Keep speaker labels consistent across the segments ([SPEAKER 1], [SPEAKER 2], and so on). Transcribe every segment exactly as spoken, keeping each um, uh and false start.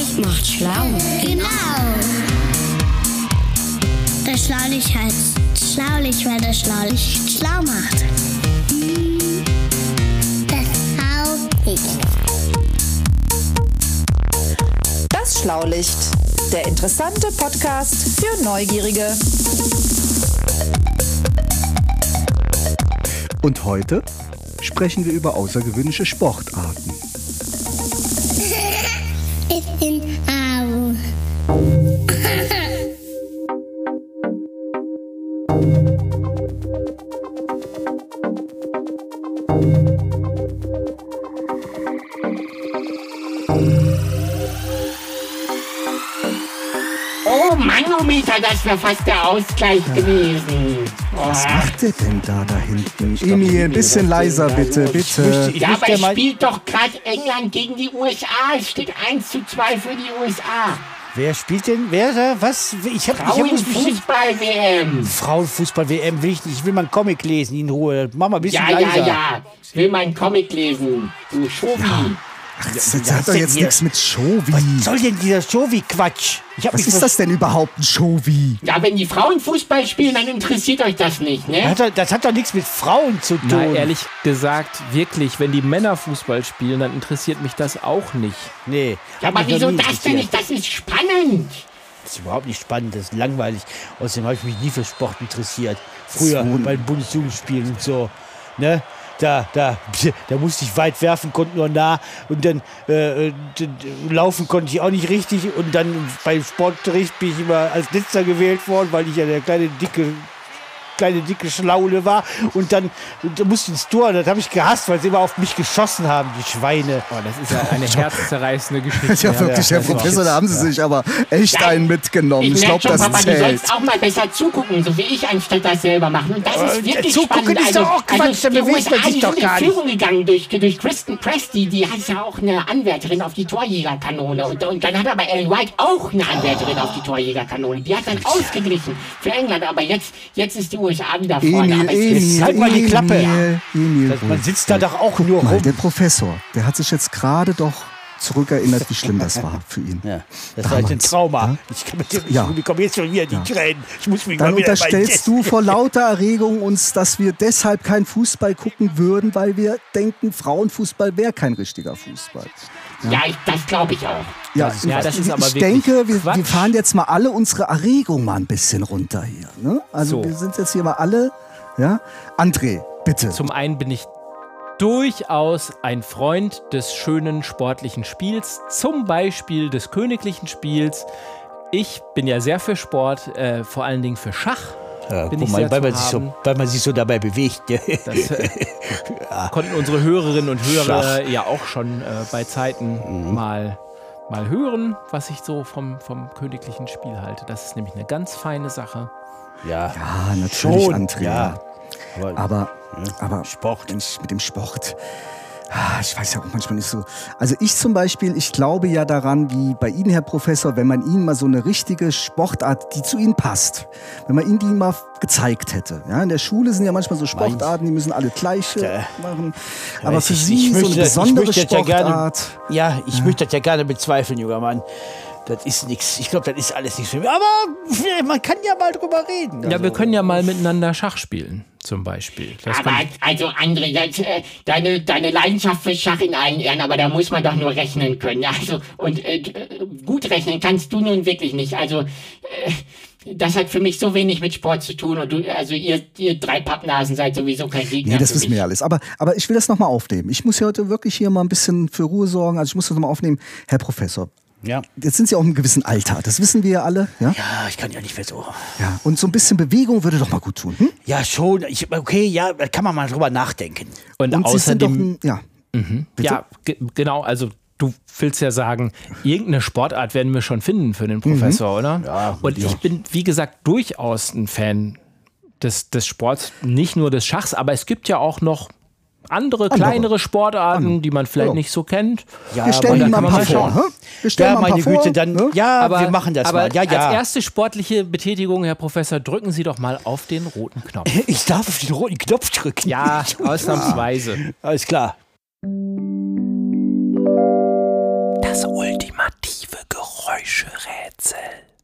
[SPEAKER 1] Schlaulicht macht schlau.
[SPEAKER 2] Genau. Das Schlaulicht heißt Schlaulicht, weil das Schlaulicht schlau macht. Das Schlaulicht.
[SPEAKER 3] Das Schlaulicht, der interessante Podcast für Neugierige.
[SPEAKER 4] Und heute sprechen wir über außergewöhnliche Sportarten.
[SPEAKER 2] Ich bin Au.
[SPEAKER 5] Oh, Manometer, das wäre fast der Ausgleich gewesen. Oh.
[SPEAKER 4] Was macht der denn da da hinten? Emil, ein bisschen leiser bitte, bitte.
[SPEAKER 5] Ja, aber es spielt doch gerade England gegen die U S A. Es steht eins zu zwei für die U S A.
[SPEAKER 6] Wer spielt denn? Wer da? Was? Ich hab,
[SPEAKER 5] Frauenfußball-W M.
[SPEAKER 6] Frauenfußball-W M will ich nicht. Ich will mal einen Comic lesen in Ruhe. Mach mal ein bisschen
[SPEAKER 5] Ja,
[SPEAKER 6] leiser.
[SPEAKER 5] ja, ja. Ich will mal einen Comic lesen. Du Schovi.
[SPEAKER 4] Ja. Ach, das, das hat doch jetzt nichts mit Shovi.
[SPEAKER 6] Was soll denn dieser Shovi-Quatsch?
[SPEAKER 4] Was ist das denn überhaupt, ein Shovi?
[SPEAKER 5] Ja, wenn die Frauen Fußball spielen, dann interessiert euch das nicht, ne?
[SPEAKER 6] Das hat, doch, das hat doch nichts mit Frauen zu tun.
[SPEAKER 7] Na, ehrlich gesagt, wirklich, wenn die Männer Fußball spielen, dann interessiert mich das auch nicht.
[SPEAKER 6] Nee.
[SPEAKER 5] Ja, aber wieso das denn nicht? Das ist spannend.
[SPEAKER 6] Das ist überhaupt nicht spannend, das ist langweilig. Außerdem habe ich mich nie für Sport interessiert. Früher
[SPEAKER 4] So.
[SPEAKER 6] bei den Bundesjugendspielen und so. Ne? Da, da, da musste ich weit werfen, konnte nur nah. Und dann äh, d- d- laufen konnte ich auch nicht richtig. Und dann beim Sportunterricht bin ich immer als Letzter gewählt worden, weil ich ja der kleine, dicke, kleine, dicke Schlaule war. Und dann da musste ich ins Tor. Das habe ich gehasst, weil sie immer auf mich geschossen haben, die Schweine.
[SPEAKER 7] Oh, das ist ja eine herzzerreißende Geschichte.
[SPEAKER 4] Ja, wirklich, Herr Professor, da haben Sie sich aber echt
[SPEAKER 5] Ja,
[SPEAKER 4] einen mitgenommen. Ich
[SPEAKER 5] merk
[SPEAKER 4] glaube,
[SPEAKER 5] schon,
[SPEAKER 4] das
[SPEAKER 5] Papa, du
[SPEAKER 4] zählt.
[SPEAKER 5] sollst auch mal besser zugucken, so wie ich, anstatt das selber machen. Und das ist
[SPEAKER 6] Äh,
[SPEAKER 5] wirklich
[SPEAKER 6] zugucken
[SPEAKER 5] spannend.
[SPEAKER 6] ist doch auch Quatsch,
[SPEAKER 5] also,
[SPEAKER 6] da
[SPEAKER 5] die
[SPEAKER 6] bewegt
[SPEAKER 5] U S A,
[SPEAKER 6] man sich
[SPEAKER 5] die
[SPEAKER 6] doch
[SPEAKER 5] sind
[SPEAKER 6] gar
[SPEAKER 5] in
[SPEAKER 6] nicht.
[SPEAKER 5] Führung gegangen durch, durch Kristen Presti. Die hat ja auch eine Anwärterin auf die Torjägerkanone. Und, und dann hat aber Ellen White auch eine Anwärterin auf die Torjägerkanone. Die hat dann ausgeglichen für England. Aber jetzt, jetzt ist die U S A wieder vorne.
[SPEAKER 4] Emil,
[SPEAKER 5] aber es
[SPEAKER 4] Emil,
[SPEAKER 5] ist
[SPEAKER 6] halt mal die Klappe.
[SPEAKER 4] Emil, Emil,
[SPEAKER 6] Das, man
[SPEAKER 4] ruhig.
[SPEAKER 6] sitzt da doch auch
[SPEAKER 4] Guck
[SPEAKER 6] nur
[SPEAKER 4] mal,
[SPEAKER 6] rum.
[SPEAKER 4] der Professor, der hat sich jetzt gerade doch zurückerinnert, wie schlimm das war für ihn.
[SPEAKER 6] Ja, das war jetzt ein
[SPEAKER 4] Damals,
[SPEAKER 6] Trauma.
[SPEAKER 4] ja?
[SPEAKER 6] Ich, kann mit dem,
[SPEAKER 4] Ja.
[SPEAKER 6] ich bekomme jetzt schon wieder die
[SPEAKER 4] Ja.
[SPEAKER 6] Tränen. Ich muss mich
[SPEAKER 4] Dann
[SPEAKER 6] mal wieder
[SPEAKER 4] unterstellst du vor lauter Erregung uns, dass wir deshalb keinen Fußball gucken würden, weil wir denken, Frauenfußball wäre kein richtiger Fußball.
[SPEAKER 5] Ja, ich, das glaube ich auch.
[SPEAKER 4] Ja,
[SPEAKER 7] ja, das ist aber
[SPEAKER 4] ich
[SPEAKER 7] wirklich
[SPEAKER 4] denke, wir,
[SPEAKER 7] Quatsch.
[SPEAKER 4] wir fahren jetzt mal alle unsere Erregung mal ein bisschen runter hier. Ne? Also
[SPEAKER 7] So.
[SPEAKER 4] wir sind jetzt hier mal alle, ja? André, bitte.
[SPEAKER 7] Zum einen bin ich durchaus ein Freund des schönen sportlichen Spiels, zum Beispiel des königlichen Spiels. Ich bin ja sehr für Sport, äh, vor allen Dingen für Schach.
[SPEAKER 6] Ja,
[SPEAKER 7] bin
[SPEAKER 6] guck
[SPEAKER 7] ich
[SPEAKER 6] mal,
[SPEAKER 7] sehr
[SPEAKER 6] weil
[SPEAKER 7] zu
[SPEAKER 6] man, sich
[SPEAKER 7] haben.
[SPEAKER 6] so, weil man sich so dabei bewegt.
[SPEAKER 7] Das äh, konnten unsere Hörerinnen und Hörer ja auch schon äh, bei Zeiten mal, mal hören, was ich so vom, vom königlichen Spiel halte. Das ist nämlich eine ganz feine Sache.
[SPEAKER 6] Ja,
[SPEAKER 4] Ja, natürlich,
[SPEAKER 6] schon,
[SPEAKER 4] André.
[SPEAKER 6] ja. Aber,
[SPEAKER 4] Aber, aber
[SPEAKER 6] Sport.
[SPEAKER 4] Mensch, mit dem Sport. Ah, Ich weiß ja auch manchmal nicht so. Also ich zum Beispiel, ich glaube ja daran, wie bei Ihnen, Herr Professor, wenn man Ihnen mal so eine richtige Sportart, die zu Ihnen passt, wenn man Ihnen die mal gezeigt hätte. Ja, in der Schule sind ja manchmal so Sportarten, die müssen alle gleich
[SPEAKER 6] Ja.
[SPEAKER 4] machen.
[SPEAKER 6] Ja,
[SPEAKER 4] Aber
[SPEAKER 6] ich-
[SPEAKER 4] für
[SPEAKER 6] ich-
[SPEAKER 4] Sie
[SPEAKER 6] ich
[SPEAKER 4] so
[SPEAKER 6] möchte
[SPEAKER 4] eine
[SPEAKER 6] das- ich
[SPEAKER 4] besondere
[SPEAKER 6] möchte das ja gerne-
[SPEAKER 4] Sportart.
[SPEAKER 6] ja, ich möchte das ja gerne bezweifeln, junger Mann. Das ist nichts. Ich glaube, das ist alles nichts für mich. Aber man kann ja mal drüber reden.
[SPEAKER 7] Ja,
[SPEAKER 6] Also,
[SPEAKER 7] wir können ja mal miteinander Schach spielen, zum Beispiel. Das
[SPEAKER 5] Aber
[SPEAKER 7] kann-
[SPEAKER 5] also André, das, äh, deine, deine Leidenschaft für Schach in allen Ehren, aber da muss man doch nur rechnen können. Ja, also, und äh, äh, gut rechnen kannst du nun wirklich nicht. Also äh, das hat für mich so wenig mit Sport zu tun. Und du, also ihr, ihr drei Pappnasen seid sowieso kein Gegner.
[SPEAKER 4] Nee, das
[SPEAKER 5] für
[SPEAKER 4] wissen wir
[SPEAKER 5] mich.
[SPEAKER 4] ja alles. Aber, aber ich will das nochmal aufnehmen. Ich muss ja heute wirklich hier mal ein bisschen für Ruhe sorgen. Also ich muss das nochmal aufnehmen. Herr Professor,
[SPEAKER 6] Ja.
[SPEAKER 4] jetzt sind Sie auch im gewissen Alter. Das wissen wir ja alle. Ja?
[SPEAKER 6] Ja, ich kann ja nicht mehr so.
[SPEAKER 4] Ja. Und so ein bisschen Bewegung würde doch mal gut tun. Hm?
[SPEAKER 6] Ja, schon. Ich, okay, ja, da kann man mal drüber nachdenken.
[SPEAKER 7] Und,
[SPEAKER 4] Und Sie sind doch
[SPEAKER 7] außerdem,
[SPEAKER 4] ein, ja. Bitte?
[SPEAKER 7] ja, ge- genau, also du willst ja sagen, irgendeine Sportart werden wir schon finden für den Professor, oder?
[SPEAKER 6] Ja,
[SPEAKER 7] Und ich bin, wie gesagt, durchaus ein Fan des, des Sports, nicht nur des Schachs, aber es gibt ja auch noch andere, kleinere Sportarten, die man vielleicht
[SPEAKER 4] Ja.
[SPEAKER 7] nicht so kennt.
[SPEAKER 6] Ja,
[SPEAKER 4] Wir stellen
[SPEAKER 7] aber
[SPEAKER 4] Ihnen
[SPEAKER 7] da
[SPEAKER 4] mal ein
[SPEAKER 7] kann
[SPEAKER 4] paar
[SPEAKER 7] man
[SPEAKER 4] vor.
[SPEAKER 7] mal
[SPEAKER 4] hä? Wir stellen
[SPEAKER 6] Ja,
[SPEAKER 4] mal ein
[SPEAKER 6] meine
[SPEAKER 4] paar vor.
[SPEAKER 6] Güte, dann,
[SPEAKER 4] ne?
[SPEAKER 6] ja,
[SPEAKER 7] Aber,
[SPEAKER 6] wir machen das
[SPEAKER 7] aber
[SPEAKER 6] mal. Ja, ja.
[SPEAKER 7] als erste sportliche Betätigung, Herr Professor, drücken Sie doch mal auf den roten Knopf.
[SPEAKER 6] Ich darf auf den roten Knopf drücken.
[SPEAKER 7] Ja, ausnahmsweise.
[SPEAKER 6] Alles klar.
[SPEAKER 7] Das ultimative Geräusch. Rätsel.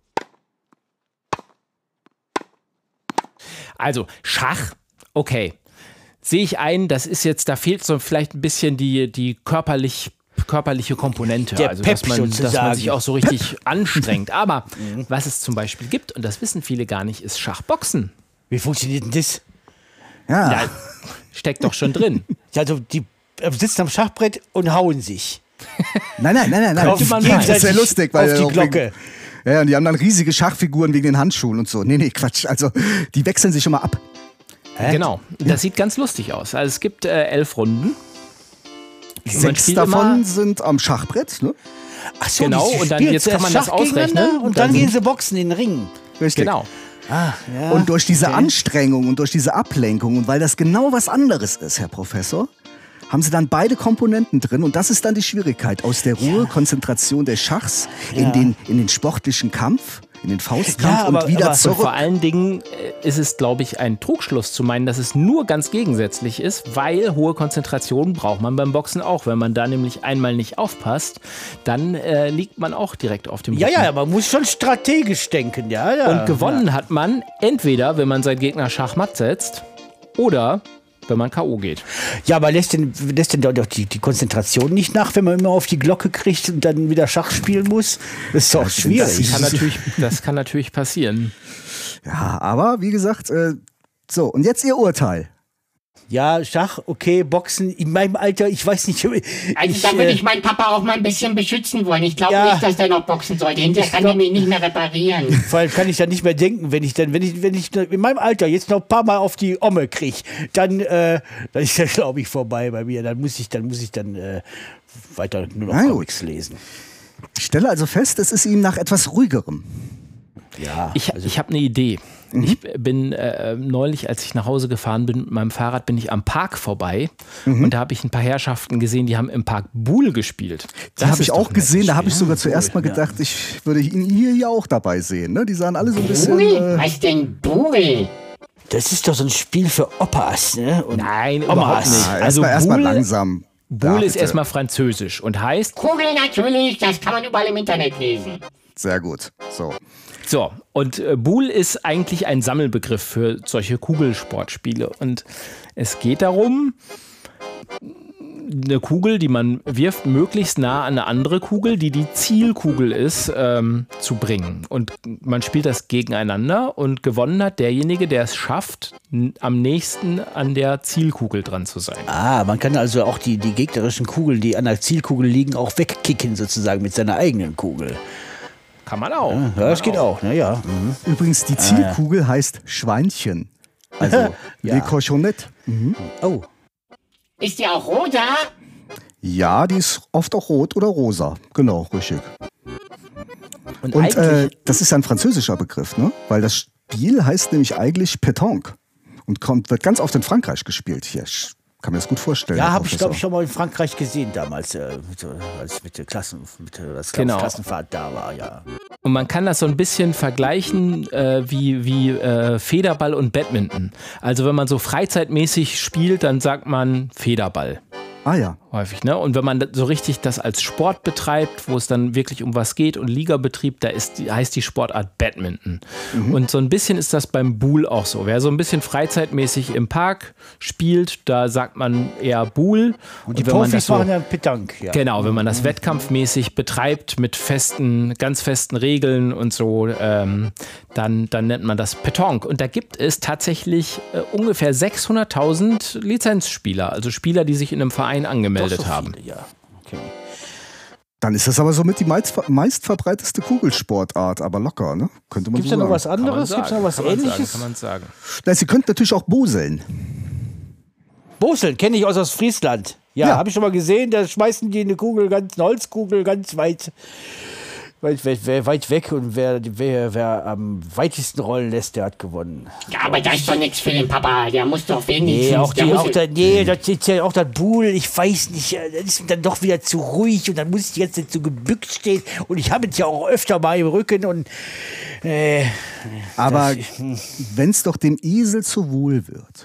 [SPEAKER 7] Also, Schach, okay. Sehe ich ein, das ist jetzt, da fehlt so vielleicht ein bisschen die, die körperlich, körperliche Komponente.
[SPEAKER 6] Der
[SPEAKER 7] also,
[SPEAKER 6] Pep
[SPEAKER 7] dass man, dass man
[SPEAKER 6] sozusagen.
[SPEAKER 7] sich auch so richtig anstrengt. Aber was es zum Beispiel gibt, und das wissen viele gar nicht, ist Schachboxen.
[SPEAKER 6] Wie funktioniert denn das?
[SPEAKER 4] Ja.
[SPEAKER 7] Ja, steckt doch schon drin.
[SPEAKER 6] Also die äh, sitzen am Schachbrett und hauen sich.
[SPEAKER 4] Nein, nein, nein, nein. nein.
[SPEAKER 7] Könnte man
[SPEAKER 4] das ist
[SPEAKER 6] gegenseitig
[SPEAKER 4] sehr lustig, weil
[SPEAKER 6] auf die
[SPEAKER 4] auch
[SPEAKER 6] Glocke.
[SPEAKER 4] Wegen, ja, und die haben dann riesige Schachfiguren wegen den Handschuhen und so. Nee, nee, Quatsch. Also, die wechseln sich immer ab.
[SPEAKER 6] Hä?
[SPEAKER 7] Genau, das sieht ganz lustig aus. Also es gibt äh, elf Runden. Man
[SPEAKER 4] Sechs
[SPEAKER 7] spielt
[SPEAKER 4] davon
[SPEAKER 7] immer-
[SPEAKER 4] sind am Schachbrett, ne?
[SPEAKER 6] Ach so,
[SPEAKER 7] Genau,
[SPEAKER 6] die
[SPEAKER 7] und dann-
[SPEAKER 6] spielen
[SPEAKER 7] jetzt kann man
[SPEAKER 6] zuerst
[SPEAKER 7] das
[SPEAKER 6] Schach gegeneinander
[SPEAKER 7] ausrechnen.
[SPEAKER 6] Und dann,
[SPEAKER 7] Dann-
[SPEAKER 6] gehen sie boxen in den Ring.
[SPEAKER 4] Richtig.
[SPEAKER 7] Genau.
[SPEAKER 6] Ah, ja.
[SPEAKER 4] Und durch diese
[SPEAKER 6] Okay.
[SPEAKER 4] Anstrengung und durch diese Ablenkung und weil das genau was anderes ist, Herr Professor, haben sie dann beide Komponenten drin und das ist dann die Schwierigkeit. Aus der Ruhe, Konzentration des Schachs
[SPEAKER 6] Ja.
[SPEAKER 4] in, den, in den sportlichen Kampf, in den Faustkampf
[SPEAKER 6] Ja, aber-
[SPEAKER 4] und wieder
[SPEAKER 6] aber-
[SPEAKER 7] Und
[SPEAKER 4] zurück.
[SPEAKER 7] vor allen Dingen äh, ist es, glaube ich, ein Trugschluss zu meinen, dass es nur ganz gegensätzlich ist, weil hohe Konzentration braucht man beim Boxen auch. Wenn man da nämlich einmal nicht aufpasst, dann äh, liegt man auch direkt auf dem
[SPEAKER 6] Ja,
[SPEAKER 7] Rücken.
[SPEAKER 6] ja, man muss schon strategisch denken, ja, ja.
[SPEAKER 7] Und gewonnen hat man entweder, wenn man seinen Gegner schachmatt setzt oder wenn man K O geht.
[SPEAKER 6] Ja, aber lässt denn, lässt denn doch die, die Konzentration nicht nach, wenn man immer auf die Glocke kriegt und dann wieder Schach spielen muss? Das ist doch
[SPEAKER 4] stimmt,
[SPEAKER 6] schwierig.
[SPEAKER 4] das
[SPEAKER 7] Kann natürlich, das kann natürlich passieren.
[SPEAKER 4] Ja, aber wie gesagt, äh, so, und jetzt Ihr Urteil.
[SPEAKER 6] Ja, Schach, okay, Boxen, in meinem Alter, ich weiß nicht.
[SPEAKER 5] Also
[SPEAKER 6] ich,
[SPEAKER 5] da würde
[SPEAKER 6] äh,
[SPEAKER 5] ich meinen Papa auch mal ein bisschen beschützen wollen. Ich glaube
[SPEAKER 6] Ja.
[SPEAKER 5] nicht, dass der noch boxen sollte. Hinterher kann er mich nicht mehr reparieren.
[SPEAKER 6] Vor allem kann ich dann nicht mehr denken, wenn ich dann, wenn ich, wenn ich in meinem Alter jetzt noch ein paar Mal auf die Omme kriege, dann, äh, dann ist das, glaube ich, vorbei bei mir. Dann muss ich, dann muss ich dann äh, weiter nur noch
[SPEAKER 4] Na gut.
[SPEAKER 6] Comics lesen.
[SPEAKER 4] Ich stelle also fest, es ist Ihnen nach etwas ruhigerem.
[SPEAKER 6] Ja,
[SPEAKER 7] Ich, ich habe eine Idee. Ich bin äh, neulich, als ich nach Hause gefahren bin mit meinem Fahrrad, bin ich am Park vorbei und da habe ich ein paar Herrschaften gesehen, die haben im Park Boule gespielt.
[SPEAKER 4] Die habe ich
[SPEAKER 7] ist doch
[SPEAKER 4] auch
[SPEAKER 7] ein
[SPEAKER 4] gesehen,
[SPEAKER 7] nettes
[SPEAKER 4] da habe ich
[SPEAKER 7] Spiel.
[SPEAKER 4] sogar zuerst mal gedacht, ich würde ihn hier ja auch dabei sehen. Ne? Die sahen alle so ein bisschen.
[SPEAKER 5] Ui,
[SPEAKER 4] Äh,
[SPEAKER 5] was denn Buhl?
[SPEAKER 6] das ist doch so ein Spiel für Opas, ne? Und
[SPEAKER 7] Nein,
[SPEAKER 6] Omas.
[SPEAKER 7] überhaupt nicht.
[SPEAKER 4] ah,
[SPEAKER 7] Also
[SPEAKER 4] erstmal erstmal
[SPEAKER 7] Boule,
[SPEAKER 4] langsam.
[SPEAKER 7] Boule
[SPEAKER 4] Da,
[SPEAKER 7] ist
[SPEAKER 4] bitte.
[SPEAKER 7] erstmal französisch und heißt,
[SPEAKER 5] Kugel natürlich, das kann man überall im Internet lesen.
[SPEAKER 4] Sehr gut. So.
[SPEAKER 7] so, und äh, Boule ist eigentlich ein Sammelbegriff für solche Kugelsportspiele. Und es geht darum, eine Kugel, die man wirft, möglichst nah an eine andere Kugel, die die Zielkugel ist, ähm, zu bringen. Und man spielt das gegeneinander und gewonnen hat derjenige, der es schafft, n- am nächsten an der Zielkugel dran zu sein.
[SPEAKER 6] Ah, man kann also auch die, die gegnerischen Kugeln, die an der Zielkugel liegen, auch wegkicken sozusagen mit seiner eigenen Kugel.
[SPEAKER 7] Kann man auch.
[SPEAKER 6] Ja, das geht auch, ne? Ja. Mhm.
[SPEAKER 4] Übrigens, die Zielkugel heißt Schweinchen. Also,
[SPEAKER 6] Ja.
[SPEAKER 4] Le Cochonnet.
[SPEAKER 6] Oh.
[SPEAKER 5] Ist die auch rosa?
[SPEAKER 4] Ja, die ist oft auch rot oder rosa. Genau, richtig.
[SPEAKER 7] Und,
[SPEAKER 4] Und
[SPEAKER 7] eigentlich,
[SPEAKER 4] äh, das ist ein französischer Begriff, ne? Weil das Spiel heißt nämlich eigentlich Pétanque und kommt, wird ganz oft in Frankreich gespielt. Hier, ich kann mir das gut vorstellen.
[SPEAKER 6] Ja,
[SPEAKER 4] Herr
[SPEAKER 6] habe ich, glaube
[SPEAKER 4] Professor.
[SPEAKER 6] ich, schon mal in Frankreich gesehen damals, äh, mit, als mit der Klassen, mit der das
[SPEAKER 7] Genau.
[SPEAKER 6] Klassenfahrt da war, ja.
[SPEAKER 7] und man kann das so ein bisschen vergleichen äh, wie, wie äh, Federball und Badminton. Also wenn man so freizeitmäßig spielt, dann sagt man Federball.
[SPEAKER 4] Ah ja.
[SPEAKER 7] Häufig, ne? Und wenn man so richtig das als Sport betreibt, wo es dann wirklich um was geht und Ligabetrieb, da ist die, heißt die Sportart Badminton. Und so ein bisschen ist das beim Boule auch so. Wer so ein bisschen freizeitmäßig im Park spielt, da sagt man eher Boule.
[SPEAKER 6] Und die
[SPEAKER 7] wenn man
[SPEAKER 6] Profis
[SPEAKER 7] das so,
[SPEAKER 6] machen ja Pétanque, ja.
[SPEAKER 7] genau, wenn man das wettkampfmäßig betreibt mit festen, ganz festen Regeln und so, ähm, dann, dann nennt man das Pétanque. Und da gibt es tatsächlich äh, ungefähr sechshunderttausend Lizenzspieler, also Spieler, die sich in einem Verein angemeldet
[SPEAKER 6] Doch so
[SPEAKER 7] haben.
[SPEAKER 6] viele, ja. Okay.
[SPEAKER 4] Dann ist das aber somit die meist, meistverbreiteste Kugelsportart, aber locker, ne? Könnte man
[SPEAKER 6] Gibt es
[SPEAKER 4] so
[SPEAKER 6] da noch
[SPEAKER 4] sagen.
[SPEAKER 6] was anderes? Gibt es noch was
[SPEAKER 7] kann man
[SPEAKER 6] Ähnliches?
[SPEAKER 7] Sagen, kann man sagen.
[SPEAKER 4] Na, Sie könnten natürlich auch boseln.
[SPEAKER 6] Boseln kenne ich aus aus Friesland. Ja,
[SPEAKER 4] Ja.
[SPEAKER 6] habe ich schon mal gesehen. Da schmeißen die eine Kugel, ganz, eine Holzkugel ganz weit, weit, weit, weit, weit weg. Und wer, wer, wer am weitesten rollen lässt, der hat gewonnen.
[SPEAKER 5] Ja, aber das ist doch nichts für den Papa. Der muss doch wenigstens...
[SPEAKER 6] Nee, auch,
[SPEAKER 5] der
[SPEAKER 6] die,
[SPEAKER 5] muss,
[SPEAKER 6] auch, da, nee das ist ja auch das Buhl. Ich weiß nicht, äh, das ist mir dann doch wieder zu ruhig. Und dann muss ich jetzt nicht so gebückt stehen. Und ich habe es ja auch öfter mal im Rücken. Und äh,
[SPEAKER 4] Aber
[SPEAKER 6] das-
[SPEAKER 4] wenn es doch dem Esel zu wohl wird,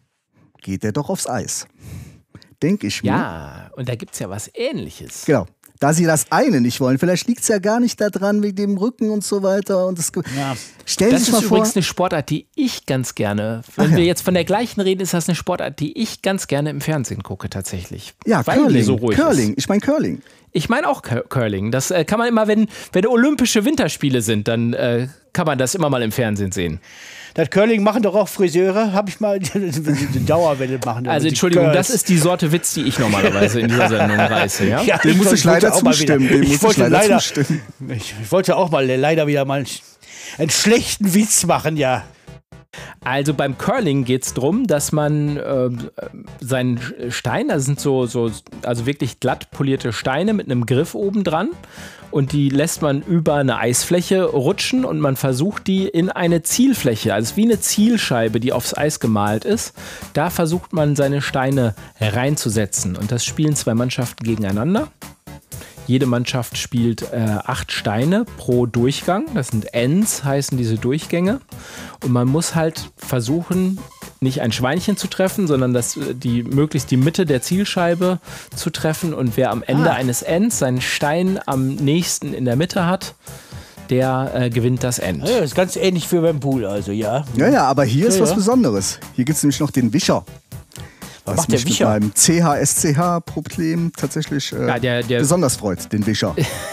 [SPEAKER 4] geht er doch aufs Eis. Denke ich mir.
[SPEAKER 7] Ja, und da gibt es ja was Ähnliches.
[SPEAKER 4] Genau. da sie das eine nicht wollen. Vielleicht liegt es ja gar nicht daran wegen dem Rücken und so weiter. Und das, ja. Stellen
[SPEAKER 7] das
[SPEAKER 4] Sie sich
[SPEAKER 7] ist
[SPEAKER 4] mal
[SPEAKER 7] übrigens
[SPEAKER 4] vor,
[SPEAKER 7] eine Sportart, die ich ganz gerne, wenn
[SPEAKER 4] Ach
[SPEAKER 7] wir
[SPEAKER 4] ja.
[SPEAKER 7] jetzt von der gleichen reden, ist das eine Sportart, die ich ganz gerne im Fernsehen gucke tatsächlich.
[SPEAKER 4] ja,
[SPEAKER 7] weil die
[SPEAKER 4] Curling.
[SPEAKER 7] so ruhig
[SPEAKER 4] Curling.
[SPEAKER 7] ist.
[SPEAKER 4] Ich meine Curling.
[SPEAKER 7] Ich meine auch Cur- Curling. Das äh, kann man immer, wenn, wenn Olympische Winterspiele sind, dann äh, kann man das immer mal im Fernsehen sehen.
[SPEAKER 6] Das Curling machen doch auch Friseure, habe ich mal die Dauerwelle machen.
[SPEAKER 7] Also Entschuldigung,
[SPEAKER 6] Curls.
[SPEAKER 7] das ist die Sorte Witz, die ich normalerweise in dieser Sendung reiße. Ja?
[SPEAKER 6] Ja,
[SPEAKER 4] Dem muss ich leider
[SPEAKER 6] wollte auch mal
[SPEAKER 4] zustimmen.
[SPEAKER 6] wieder-
[SPEAKER 4] Dem muss
[SPEAKER 6] Ich
[SPEAKER 4] ich
[SPEAKER 6] wollte
[SPEAKER 4] leider
[SPEAKER 6] leider
[SPEAKER 4] zustimmen.
[SPEAKER 6] Ich, ich wollte auch mal leider wieder mal einen schlechten Witz machen, ja.
[SPEAKER 7] Also beim Curling geht es darum, dass man äh, seinen Stein, das sind so, so, also wirklich glatt polierte Steine mit einem Griff oben dran und die lässt man über eine Eisfläche rutschen und man versucht die in eine Zielfläche, also wie eine Zielscheibe, die aufs Eis gemalt ist, da versucht man seine Steine reinzusetzen und das spielen zwei Mannschaften gegeneinander. Jede Mannschaft spielt äh, acht Steine pro Durchgang. Das sind Ends, heißen diese Durchgänge. Und man muss halt versuchen, nicht ein Schweinchen zu treffen, sondern das, die, möglichst die Mitte der Zielscheibe zu treffen. Und wer am Ende
[SPEAKER 6] Ah.
[SPEAKER 7] eines Ends seinen Stein am nächsten in der Mitte hat, der äh, gewinnt das End.
[SPEAKER 6] Ja, das ist ganz ähnlich wie beim Pool, also ja.
[SPEAKER 4] Ja, ja, aber hier ist
[SPEAKER 6] Ja,
[SPEAKER 4] was
[SPEAKER 6] ja.
[SPEAKER 4] Besonderes. Hier gibt es nämlich noch den Wischer. Was
[SPEAKER 6] macht der
[SPEAKER 4] mich
[SPEAKER 6] Wischer?
[SPEAKER 4] mit meinem C H S C H-Problem tatsächlich äh,
[SPEAKER 7] Ja, der- der-
[SPEAKER 4] besonders freut, den Wischer.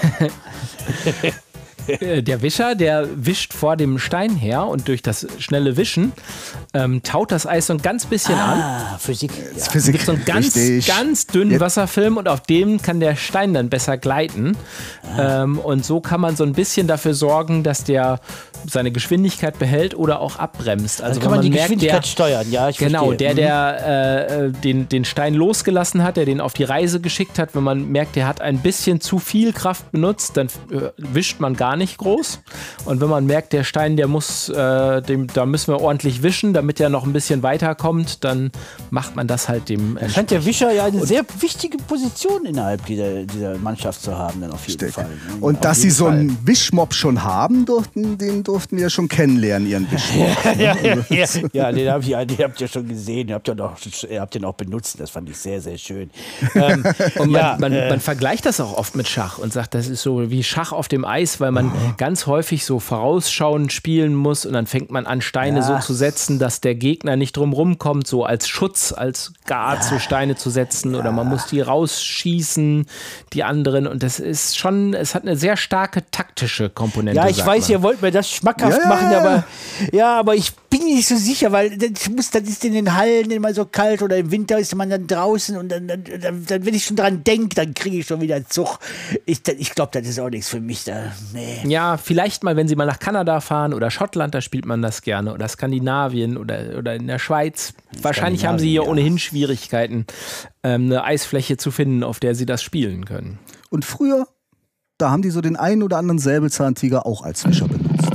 [SPEAKER 7] Äh, Der Wischer, der wischt vor dem Stein her und durch das schnelle Wischen ähm, taut das Eis so ein ganz bisschen an.
[SPEAKER 6] Ah, Physik. Ja.
[SPEAKER 7] Es
[SPEAKER 4] Physik.
[SPEAKER 7] gibt so einen ganz,
[SPEAKER 4] Richtig.
[SPEAKER 7] ganz dünnen
[SPEAKER 4] Jetzt-
[SPEAKER 7] Wasserfilm und auf dem kann der Stein dann besser gleiten. Ähm, und so kann man so ein bisschen dafür sorgen, dass der seine Geschwindigkeit behält oder auch abbremst. Also
[SPEAKER 6] Also kann man, die
[SPEAKER 7] merkt,
[SPEAKER 6] Geschwindigkeit
[SPEAKER 7] der,
[SPEAKER 6] steuern, ja, ich
[SPEAKER 7] Genau,
[SPEAKER 6] verstehe.
[SPEAKER 7] der, der äh, äh, den, den Stein losgelassen hat, der den auf die Reise geschickt hat, wenn man merkt, der hat ein bisschen zu viel Kraft benutzt, dann äh, wischt man gar nicht groß. Und wenn man merkt, der Stein, der muss, äh, dem, da müssen wir ordentlich wischen, damit er noch ein bisschen weiterkommt, dann macht man das halt dem
[SPEAKER 6] Da scheint der Wischer ja eine sehr wichtige Position innerhalb dieser, dieser Mannschaft zu haben, dann auf jeden
[SPEAKER 4] Denke.
[SPEAKER 6] Fall. ne?
[SPEAKER 4] Und
[SPEAKER 6] Auf
[SPEAKER 4] dass sie
[SPEAKER 6] jeden
[SPEAKER 4] so
[SPEAKER 6] Fall.
[SPEAKER 4] einen Wischmob schon haben durften, den durften wir schon kennenlernen, ihren Wischmob.
[SPEAKER 6] ja, ja, ja, ja, den habt ihr, den habt ihr schon gesehen, den habt ihr, noch, ihr habt den auch benutzt, das fand ich sehr, sehr schön. Ähm,
[SPEAKER 7] Und man,
[SPEAKER 6] ja,
[SPEAKER 7] man,
[SPEAKER 6] äh,
[SPEAKER 7] man vergleicht das auch oft mit Schach und sagt, das ist so wie Schach auf dem Eis, weil man ganz häufig so vorausschauend spielen muss und dann fängt man an, Steine
[SPEAKER 6] Ja.
[SPEAKER 7] so zu setzen, dass der Gegner nicht drumrum kommt, so als Schutz, als Guard so Steine zu setzen oder man muss die rausschießen, die anderen und das ist schon, es hat eine sehr starke taktische Komponente.
[SPEAKER 6] ja, ich
[SPEAKER 7] sagt
[SPEAKER 6] weiß,
[SPEAKER 7] man.
[SPEAKER 6] ihr wollt mir das schmackhaft
[SPEAKER 4] Ja, ja,
[SPEAKER 6] machen,
[SPEAKER 4] ja.
[SPEAKER 6] aber ja, aber ich bin nicht so sicher, weil das, muss, das ist in den Hallen immer so kalt oder im Winter ist man dann draußen und dann, dann, dann, dann wenn ich schon dran denke, dann kriege ich schon wieder einen Zug. Ich, ich glaube, das ist auch nichts für mich da. Nee.
[SPEAKER 7] Ja, vielleicht mal, wenn Sie mal nach Kanada fahren oder Schottland, da spielt man das gerne. Oder Skandinavien oder, oder in der Schweiz. Wahrscheinlich haben Sie hier
[SPEAKER 6] ja.
[SPEAKER 7] ohnehin Schwierigkeiten, ähm, eine Eisfläche zu finden, auf der Sie das spielen können.
[SPEAKER 4] Und früher, da haben die so den einen oder anderen Säbelzahntiger auch als Wischer benutzt.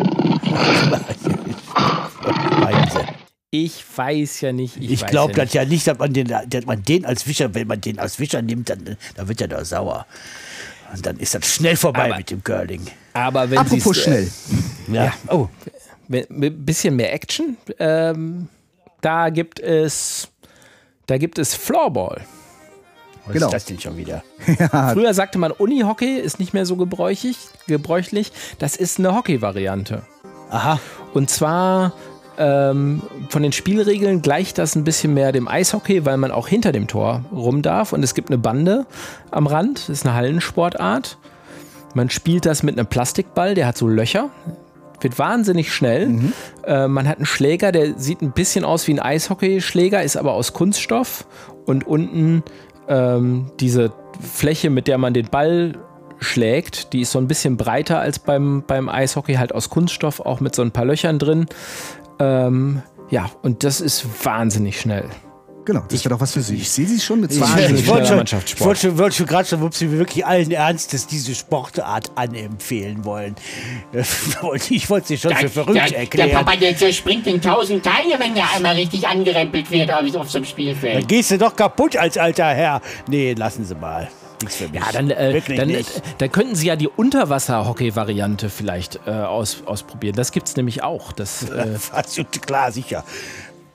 [SPEAKER 7] Ich weiß ja nicht. Ich,
[SPEAKER 6] Ich
[SPEAKER 7] weiß
[SPEAKER 6] glaube
[SPEAKER 7] ja
[SPEAKER 6] das ja nicht, dass man, den, dass man den als Wischer, wenn man den als Wischer nimmt, dann, dann wird er doch sauer. Und dann ist das schnell vorbei
[SPEAKER 7] Aber-
[SPEAKER 6] mit dem Curling.
[SPEAKER 7] Aber wenn
[SPEAKER 4] Apropos
[SPEAKER 7] Sie's, äh,
[SPEAKER 4] schnell.
[SPEAKER 6] Ja. Oh,
[SPEAKER 7] Mit ein bisschen mehr Action. Ähm, da gibt es, da gibt es Floorball.
[SPEAKER 6] was
[SPEAKER 4] Genau.
[SPEAKER 6] ist das denn schon wieder?
[SPEAKER 7] Früher sagte man Unihockey, ist nicht mehr so gebräuchlich, gebräuchlich. Das ist eine Hockey-Variante.
[SPEAKER 6] Aha.
[SPEAKER 7] Und zwar ähm, von den Spielregeln gleicht das ein bisschen mehr dem Eishockey, weil man auch hinter dem Tor rum darf. Und es gibt eine Bande am Rand. Das ist eine Hallensportart. Man spielt das mit einem Plastikball, der hat so Löcher. Wird wahnsinnig schnell.
[SPEAKER 6] Mhm.
[SPEAKER 7] Äh, man hat einen Schläger, der sieht ein bisschen aus wie ein Eishockeyschläger, ist aber aus Kunststoff. Und unten ähm, diese Fläche, mit der man den Ball schlägt, die ist so ein bisschen breiter als beim, beim Eishockey, halt aus Kunststoff, auch mit so ein paar Löchern drin. Ähm, ja, und das ist wahnsinnig schnell.
[SPEAKER 4] Genau, das wäre doch was für Sie. Ich sehe Sie schon mit zwei.
[SPEAKER 7] Wahnsinnig
[SPEAKER 6] Ich wollte
[SPEAKER 7] schneller
[SPEAKER 6] schon,
[SPEAKER 7] Mannschaftssport.
[SPEAKER 6] ich wollte schon, wollte schon gerade schon, ob Sie wirklich allen Ernstes diese Sportart anempfehlen wollen. Ich wollte Sie schon für verrückt
[SPEAKER 5] der, der
[SPEAKER 6] erklären.
[SPEAKER 5] Papa, der zerspringt in tausend Teile, wenn der einmal richtig angerempelt wird auf, auf so einem
[SPEAKER 6] Dann
[SPEAKER 5] Spielfeld.
[SPEAKER 6] gehst du doch kaputt als alter Herr. Nee, lassen Sie mal. Nichts für mich.
[SPEAKER 7] Ja, dann, äh,
[SPEAKER 6] Wirklich
[SPEAKER 7] dann,
[SPEAKER 6] nicht.
[SPEAKER 7] äh, dann könnten Sie ja die Unterwasser-Hockey-Variante vielleicht äh, aus, ausprobieren. Das gibt es nämlich auch. Das, äh,
[SPEAKER 6] Fast klar, sicher.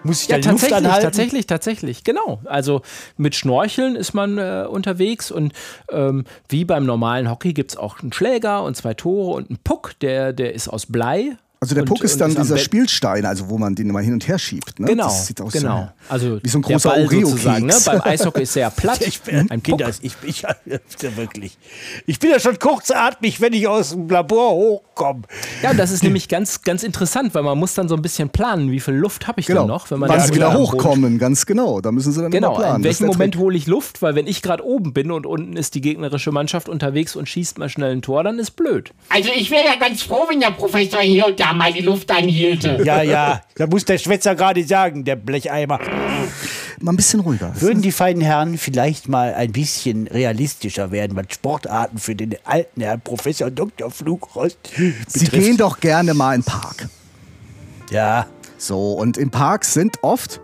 [SPEAKER 6] Muss ich
[SPEAKER 7] Ja,
[SPEAKER 6] da die Luft
[SPEAKER 7] tatsächlich,
[SPEAKER 6] anhalten?
[SPEAKER 7] tatsächlich, tatsächlich, genau. Also mit Schnorcheln ist man äh, unterwegs und ähm, wie beim normalen Hockey gibt es auch einen Schläger und zwei Tore und einen Puck, der, der ist aus Blei.
[SPEAKER 4] Also der
[SPEAKER 7] und,
[SPEAKER 4] Puck ist dann
[SPEAKER 7] und am
[SPEAKER 4] dieser
[SPEAKER 7] Be-
[SPEAKER 4] Spielstein, also wo man den immer hin und her schiebt. Ne?
[SPEAKER 7] Genau,
[SPEAKER 4] Das sieht aus
[SPEAKER 7] genau. Also
[SPEAKER 4] wie so ein
[SPEAKER 7] der
[SPEAKER 4] großer
[SPEAKER 7] Ball
[SPEAKER 4] Oreo-Keks.
[SPEAKER 7] sozusagen. Ne? Beim Eishockey ist sehr platt.
[SPEAKER 6] Ich bin,
[SPEAKER 7] ein
[SPEAKER 6] Kinder,
[SPEAKER 7] Puck.
[SPEAKER 6] ich, ich, ja, wirklich. Ich bin ja schon kurzatmig, wenn ich aus dem Labor hochkomme.
[SPEAKER 7] Ja, das ist nämlich ganz, ganz interessant, weil man muss dann so ein bisschen planen, wie viel Luft habe ich
[SPEAKER 4] Genau.
[SPEAKER 7] denn noch, wenn man
[SPEAKER 4] Wann
[SPEAKER 7] da
[SPEAKER 4] sie wieder
[SPEAKER 7] am Boden
[SPEAKER 4] hochkommen, ganz genau. Da müssen sie dann
[SPEAKER 7] Genau,
[SPEAKER 4] immer planen.
[SPEAKER 7] in
[SPEAKER 4] Das ist
[SPEAKER 7] welchem
[SPEAKER 4] der
[SPEAKER 7] Moment
[SPEAKER 4] Trick.
[SPEAKER 7] hole ich Luft? Weil wenn ich gerade oben bin und unten ist die gegnerische Mannschaft unterwegs und schießt mal schnell ein Tor, dann ist blöd.
[SPEAKER 5] Also ich wäre ja ganz froh, wenn der Professor hier und da mal die Luft anhielte.
[SPEAKER 6] Ja, ja, da muss der Schwätzer gerade sagen, der Blecheimer.
[SPEAKER 4] Mal ein bisschen ruhiger.
[SPEAKER 6] Würden die feinen Herren vielleicht mal ein bisschen realistischer werden, was Sportarten für den alten Herrn Professor Doktor Flugrost
[SPEAKER 4] Sie
[SPEAKER 6] betrifft?
[SPEAKER 4] gehen doch gerne mal in den Park.
[SPEAKER 6] Ja,
[SPEAKER 4] So, und im Park sind oft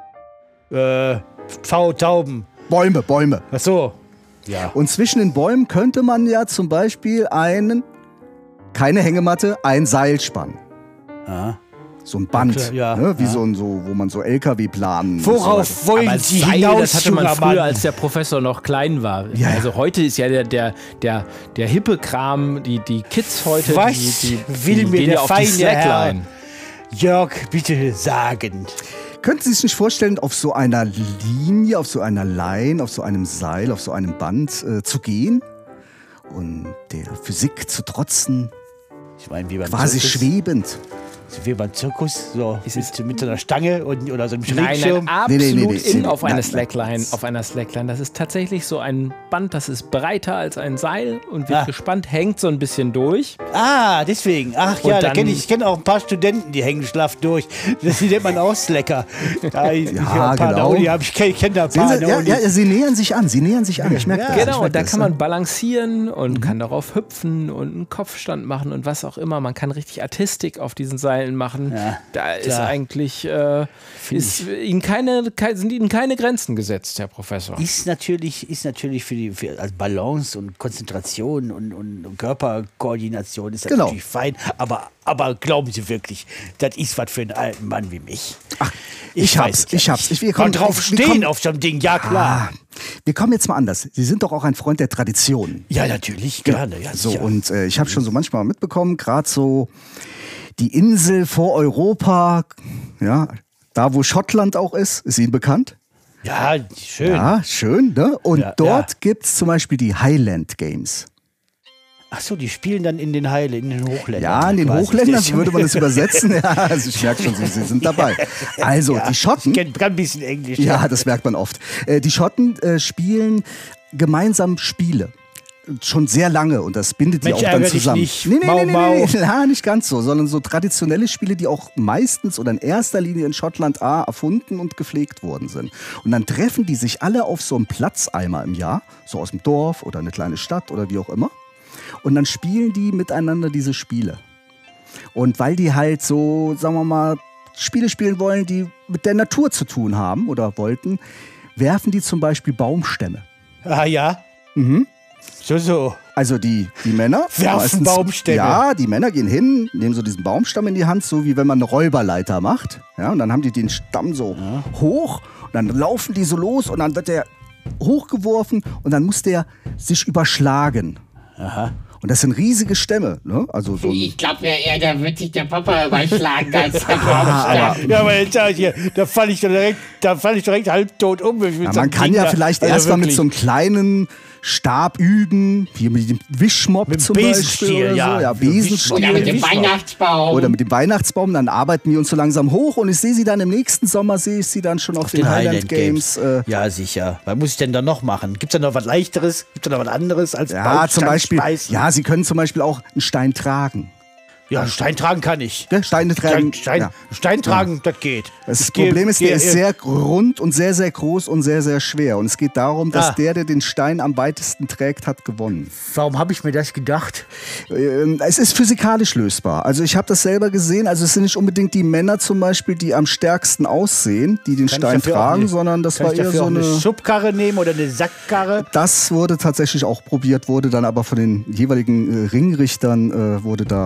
[SPEAKER 6] äh, V Tauben.
[SPEAKER 4] Bäume, Bäume.
[SPEAKER 6] Ach so. Ja.
[SPEAKER 4] Und zwischen den Bäumen könnte man ja zum Beispiel einen, keine Hängematte, ein Seil spannen.
[SPEAKER 6] Ja.
[SPEAKER 4] So ein Band,
[SPEAKER 6] Okay, ja,
[SPEAKER 4] ne? wie
[SPEAKER 6] ja.
[SPEAKER 4] so ein, so, wo man so L K W planen muss.
[SPEAKER 6] Worauf wollen
[SPEAKER 7] Aber
[SPEAKER 6] Sie
[SPEAKER 7] Seil,
[SPEAKER 6] hinaus,
[SPEAKER 7] das hatte man
[SPEAKER 6] junger
[SPEAKER 7] früher,
[SPEAKER 6] Mann?
[SPEAKER 7] als der Professor noch klein war.
[SPEAKER 4] Ja.
[SPEAKER 7] Also heute ist ja der, der, der, der hippe Kram, die, die Kids heute,
[SPEAKER 6] Was
[SPEAKER 7] die, die,
[SPEAKER 6] will
[SPEAKER 7] die
[SPEAKER 6] mir
[SPEAKER 7] gehen
[SPEAKER 6] der
[SPEAKER 7] ja auf die
[SPEAKER 6] feine
[SPEAKER 7] Slackline.
[SPEAKER 6] Jörg, bitte sagen.
[SPEAKER 4] Könnten Sie sich nicht vorstellen, auf so einer Linie, auf so einer Line, auf so einem Seil, auf so einem Band äh, zu gehen und der Physik zu trotzen,
[SPEAKER 6] Ich meine, wie beim
[SPEAKER 4] quasi
[SPEAKER 6] Zirkus.
[SPEAKER 4] schwebend?
[SPEAKER 6] Wie beim Zirkus, so
[SPEAKER 7] Es
[SPEAKER 6] mit, mit so einer Stange und, oder so einem
[SPEAKER 7] Nein,
[SPEAKER 6] Schrägschirm.
[SPEAKER 7] nein,
[SPEAKER 4] Nee,
[SPEAKER 7] absolut
[SPEAKER 4] nee, nee, nee,
[SPEAKER 7] in
[SPEAKER 4] nee,
[SPEAKER 7] auf
[SPEAKER 4] nein,
[SPEAKER 7] eine
[SPEAKER 4] nein.
[SPEAKER 7] Slackline, auf einer Slackline. Das ist tatsächlich so ein Band, das ist breiter als ein Seil und wird
[SPEAKER 6] Ah.
[SPEAKER 7] gespannt, hängt so ein bisschen durch.
[SPEAKER 6] Ah, deswegen. Ach
[SPEAKER 7] Und
[SPEAKER 6] ja, da
[SPEAKER 7] dann-
[SPEAKER 6] kenn ich, ich kenne auch ein paar Studenten, die hängen schlaff durch. Das die nennt man auch Slacker. Da, ich, ich hab ein paar
[SPEAKER 4] genau.
[SPEAKER 6] da, die hab ich kenne kenn da ein
[SPEAKER 4] Sehen
[SPEAKER 6] paar.
[SPEAKER 4] Sie, ja,
[SPEAKER 6] da,
[SPEAKER 4] ja, Sie nähern sich an, Sie nähern sich an. Ich merke das. ich
[SPEAKER 7] Genau,
[SPEAKER 4] merk
[SPEAKER 7] da
[SPEAKER 4] das,
[SPEAKER 7] kann
[SPEAKER 4] ja.
[SPEAKER 7] man balancieren und kann darauf hüpfen und einen Kopfstand machen und was auch immer. Man kann richtig Artistik auf diesen Seilen machen.
[SPEAKER 6] Ja,
[SPEAKER 7] da ist
[SPEAKER 6] klar.
[SPEAKER 7] eigentlich äh, ist ihnen keine, kei- sind Ihnen keine Grenzen gesetzt, Herr Professor.
[SPEAKER 6] ist natürlich, ist natürlich für die für, also Balance und Konzentration und, und, und Körperkoordination ist das
[SPEAKER 4] Genau.
[SPEAKER 6] natürlich fein. Aber, aber glauben Sie wirklich, das ist was für einen alten Mann wie mich. Ach,
[SPEAKER 4] ich hab's, ich hab's. Ich- wir kommen-
[SPEAKER 6] Und drauf
[SPEAKER 4] wir
[SPEAKER 6] stehen
[SPEAKER 4] kommen-
[SPEAKER 6] auf so einem Ding, ja klar.
[SPEAKER 4] Ah, wir kommen jetzt mal anders. Sie sind doch auch ein Freund der Tradition.
[SPEAKER 6] Ja, natürlich, gerne. Ja,
[SPEAKER 4] So,
[SPEAKER 6] sicher.
[SPEAKER 4] und äh, ich habe schon so manchmal mitbekommen, gerade so die Insel vor Europa, ja, da wo Schottland auch ist, ist Ihnen bekannt?
[SPEAKER 6] ja, schön.
[SPEAKER 4] Ja, schön, ne? Und
[SPEAKER 6] Ja,
[SPEAKER 4] dort
[SPEAKER 6] ja.
[SPEAKER 4] gibt's zum Beispiel die Highland Games.
[SPEAKER 6] Ach so, die spielen dann in den Heile, in den Hochländern.
[SPEAKER 4] Ja, in den
[SPEAKER 6] quasi.
[SPEAKER 4] Hochländern, so würde man das übersetzen. Ja, also ich merke schon, Sie, Sie sind dabei. Also, die Schotten,
[SPEAKER 6] Ich kenn- kann ein bisschen Englisch.
[SPEAKER 4] ja, das merkt man oft. Äh, die Schotten äh, spielen gemeinsam Spiele. Schon sehr lange und das bindet
[SPEAKER 6] Mensch,
[SPEAKER 4] die auch dann
[SPEAKER 6] ärger dich
[SPEAKER 4] zusammen.
[SPEAKER 6] nicht.
[SPEAKER 4] Nee, nee,
[SPEAKER 6] Mau,
[SPEAKER 4] nee, nee,
[SPEAKER 6] mau.
[SPEAKER 4] nee, nee, ja, nicht ganz so, sondern so traditionelle Spiele, die auch meistens oder in erster Linie in Schottland A erfunden und gepflegt worden sind. Und dann treffen die sich alle auf so einem Platz einmal im Jahr, so aus dem Dorf oder eine kleine Stadt oder wie auch immer. Und dann spielen die miteinander diese Spiele. Und weil die halt so, sagen wir mal, Spiele spielen wollen, die mit der Natur zu tun haben oder wollten, werfen die zum Beispiel Baumstämme.
[SPEAKER 6] Ah ja?
[SPEAKER 4] Mhm.
[SPEAKER 6] So, so.
[SPEAKER 4] Also die, die Männer
[SPEAKER 6] Werfen Baumstämme.
[SPEAKER 4] Ja, die Männer gehen hin, nehmen so diesen Baumstamm in die Hand, so wie wenn man eine Räuberleiter macht. Ja, und dann haben die den Stamm so hoch und dann laufen die so los und dann wird der hochgeworfen und dann muss der sich überschlagen.
[SPEAKER 6] Aha.
[SPEAKER 4] Und das sind riesige Stämme. Ne? Also so ein,
[SPEAKER 5] Ich glaube ja eher, da wird sich der Papa überschlagen als der Baumstamm.
[SPEAKER 6] Ja, aber jetzt sag ich hier, da falle ich doch direkt, da falle ich direkt halbtot um. wenn ich mit
[SPEAKER 4] ja,
[SPEAKER 6] so
[SPEAKER 4] man
[SPEAKER 6] einem
[SPEAKER 4] kann
[SPEAKER 6] Ding
[SPEAKER 4] ja
[SPEAKER 6] da-
[SPEAKER 4] vielleicht
[SPEAKER 6] also
[SPEAKER 4] erstmal mit
[SPEAKER 6] wirklich.
[SPEAKER 4] so einem kleinen Stab üben, hier mit dem Wischmopp
[SPEAKER 6] Mit dem
[SPEAKER 4] zum
[SPEAKER 6] Besenstiel,
[SPEAKER 4] Beispiel. Oder
[SPEAKER 6] ja.
[SPEAKER 4] so. ja Besenstiel.
[SPEAKER 5] Oder mit dem Weihnachtsbaum.
[SPEAKER 4] Oder mit dem Weihnachtsbaum, dann arbeiten wir uns so langsam hoch und ich sehe sie dann im nächsten Sommer, sehe ich sie dann schon auf, den Highland Games. Äh,
[SPEAKER 6] Ja, sicher. Was muss ich denn da noch machen? Gibt es da noch was Leichteres? Gibt es da noch was anderes als
[SPEAKER 4] ja,
[SPEAKER 6] Baumstamm
[SPEAKER 4] zum Beispiel,
[SPEAKER 6] schmeißen?
[SPEAKER 4] ja, sie können zum Beispiel auch einen Stein tragen.
[SPEAKER 6] Ja, Stein tragen kann ich.
[SPEAKER 4] Ne? Steine tragen.
[SPEAKER 6] Stein, Stein,
[SPEAKER 4] ja.
[SPEAKER 6] Stein tragen, das geht.
[SPEAKER 4] Das
[SPEAKER 6] Ich geh-
[SPEAKER 4] Problem ist,
[SPEAKER 6] geh-
[SPEAKER 4] der ist sehr rund und sehr, sehr groß und sehr, sehr schwer. Und es geht darum, dass
[SPEAKER 6] Ah.
[SPEAKER 4] der, der den Stein am weitesten trägt, hat gewonnen.
[SPEAKER 6] Warum habe ich mir das gedacht?
[SPEAKER 4] Ähm, Es ist physikalisch lösbar. Also ich habe das selber gesehen. Also es sind nicht unbedingt die Männer zum Beispiel, die am stärksten aussehen, die den
[SPEAKER 6] Kann ich
[SPEAKER 4] Stein
[SPEAKER 6] dafür auch
[SPEAKER 4] tragen,
[SPEAKER 6] eine-
[SPEAKER 4] sondern das
[SPEAKER 6] Kann
[SPEAKER 4] war
[SPEAKER 6] ich
[SPEAKER 4] eher
[SPEAKER 6] dafür
[SPEAKER 4] so
[SPEAKER 6] auch eine
[SPEAKER 4] eine...
[SPEAKER 6] Schubkarre nehmen oder eine Sackkarre?
[SPEAKER 4] Das wurde tatsächlich auch probiert, wurde dann aber von den jeweiligen äh, Ringrichtern äh, wurde da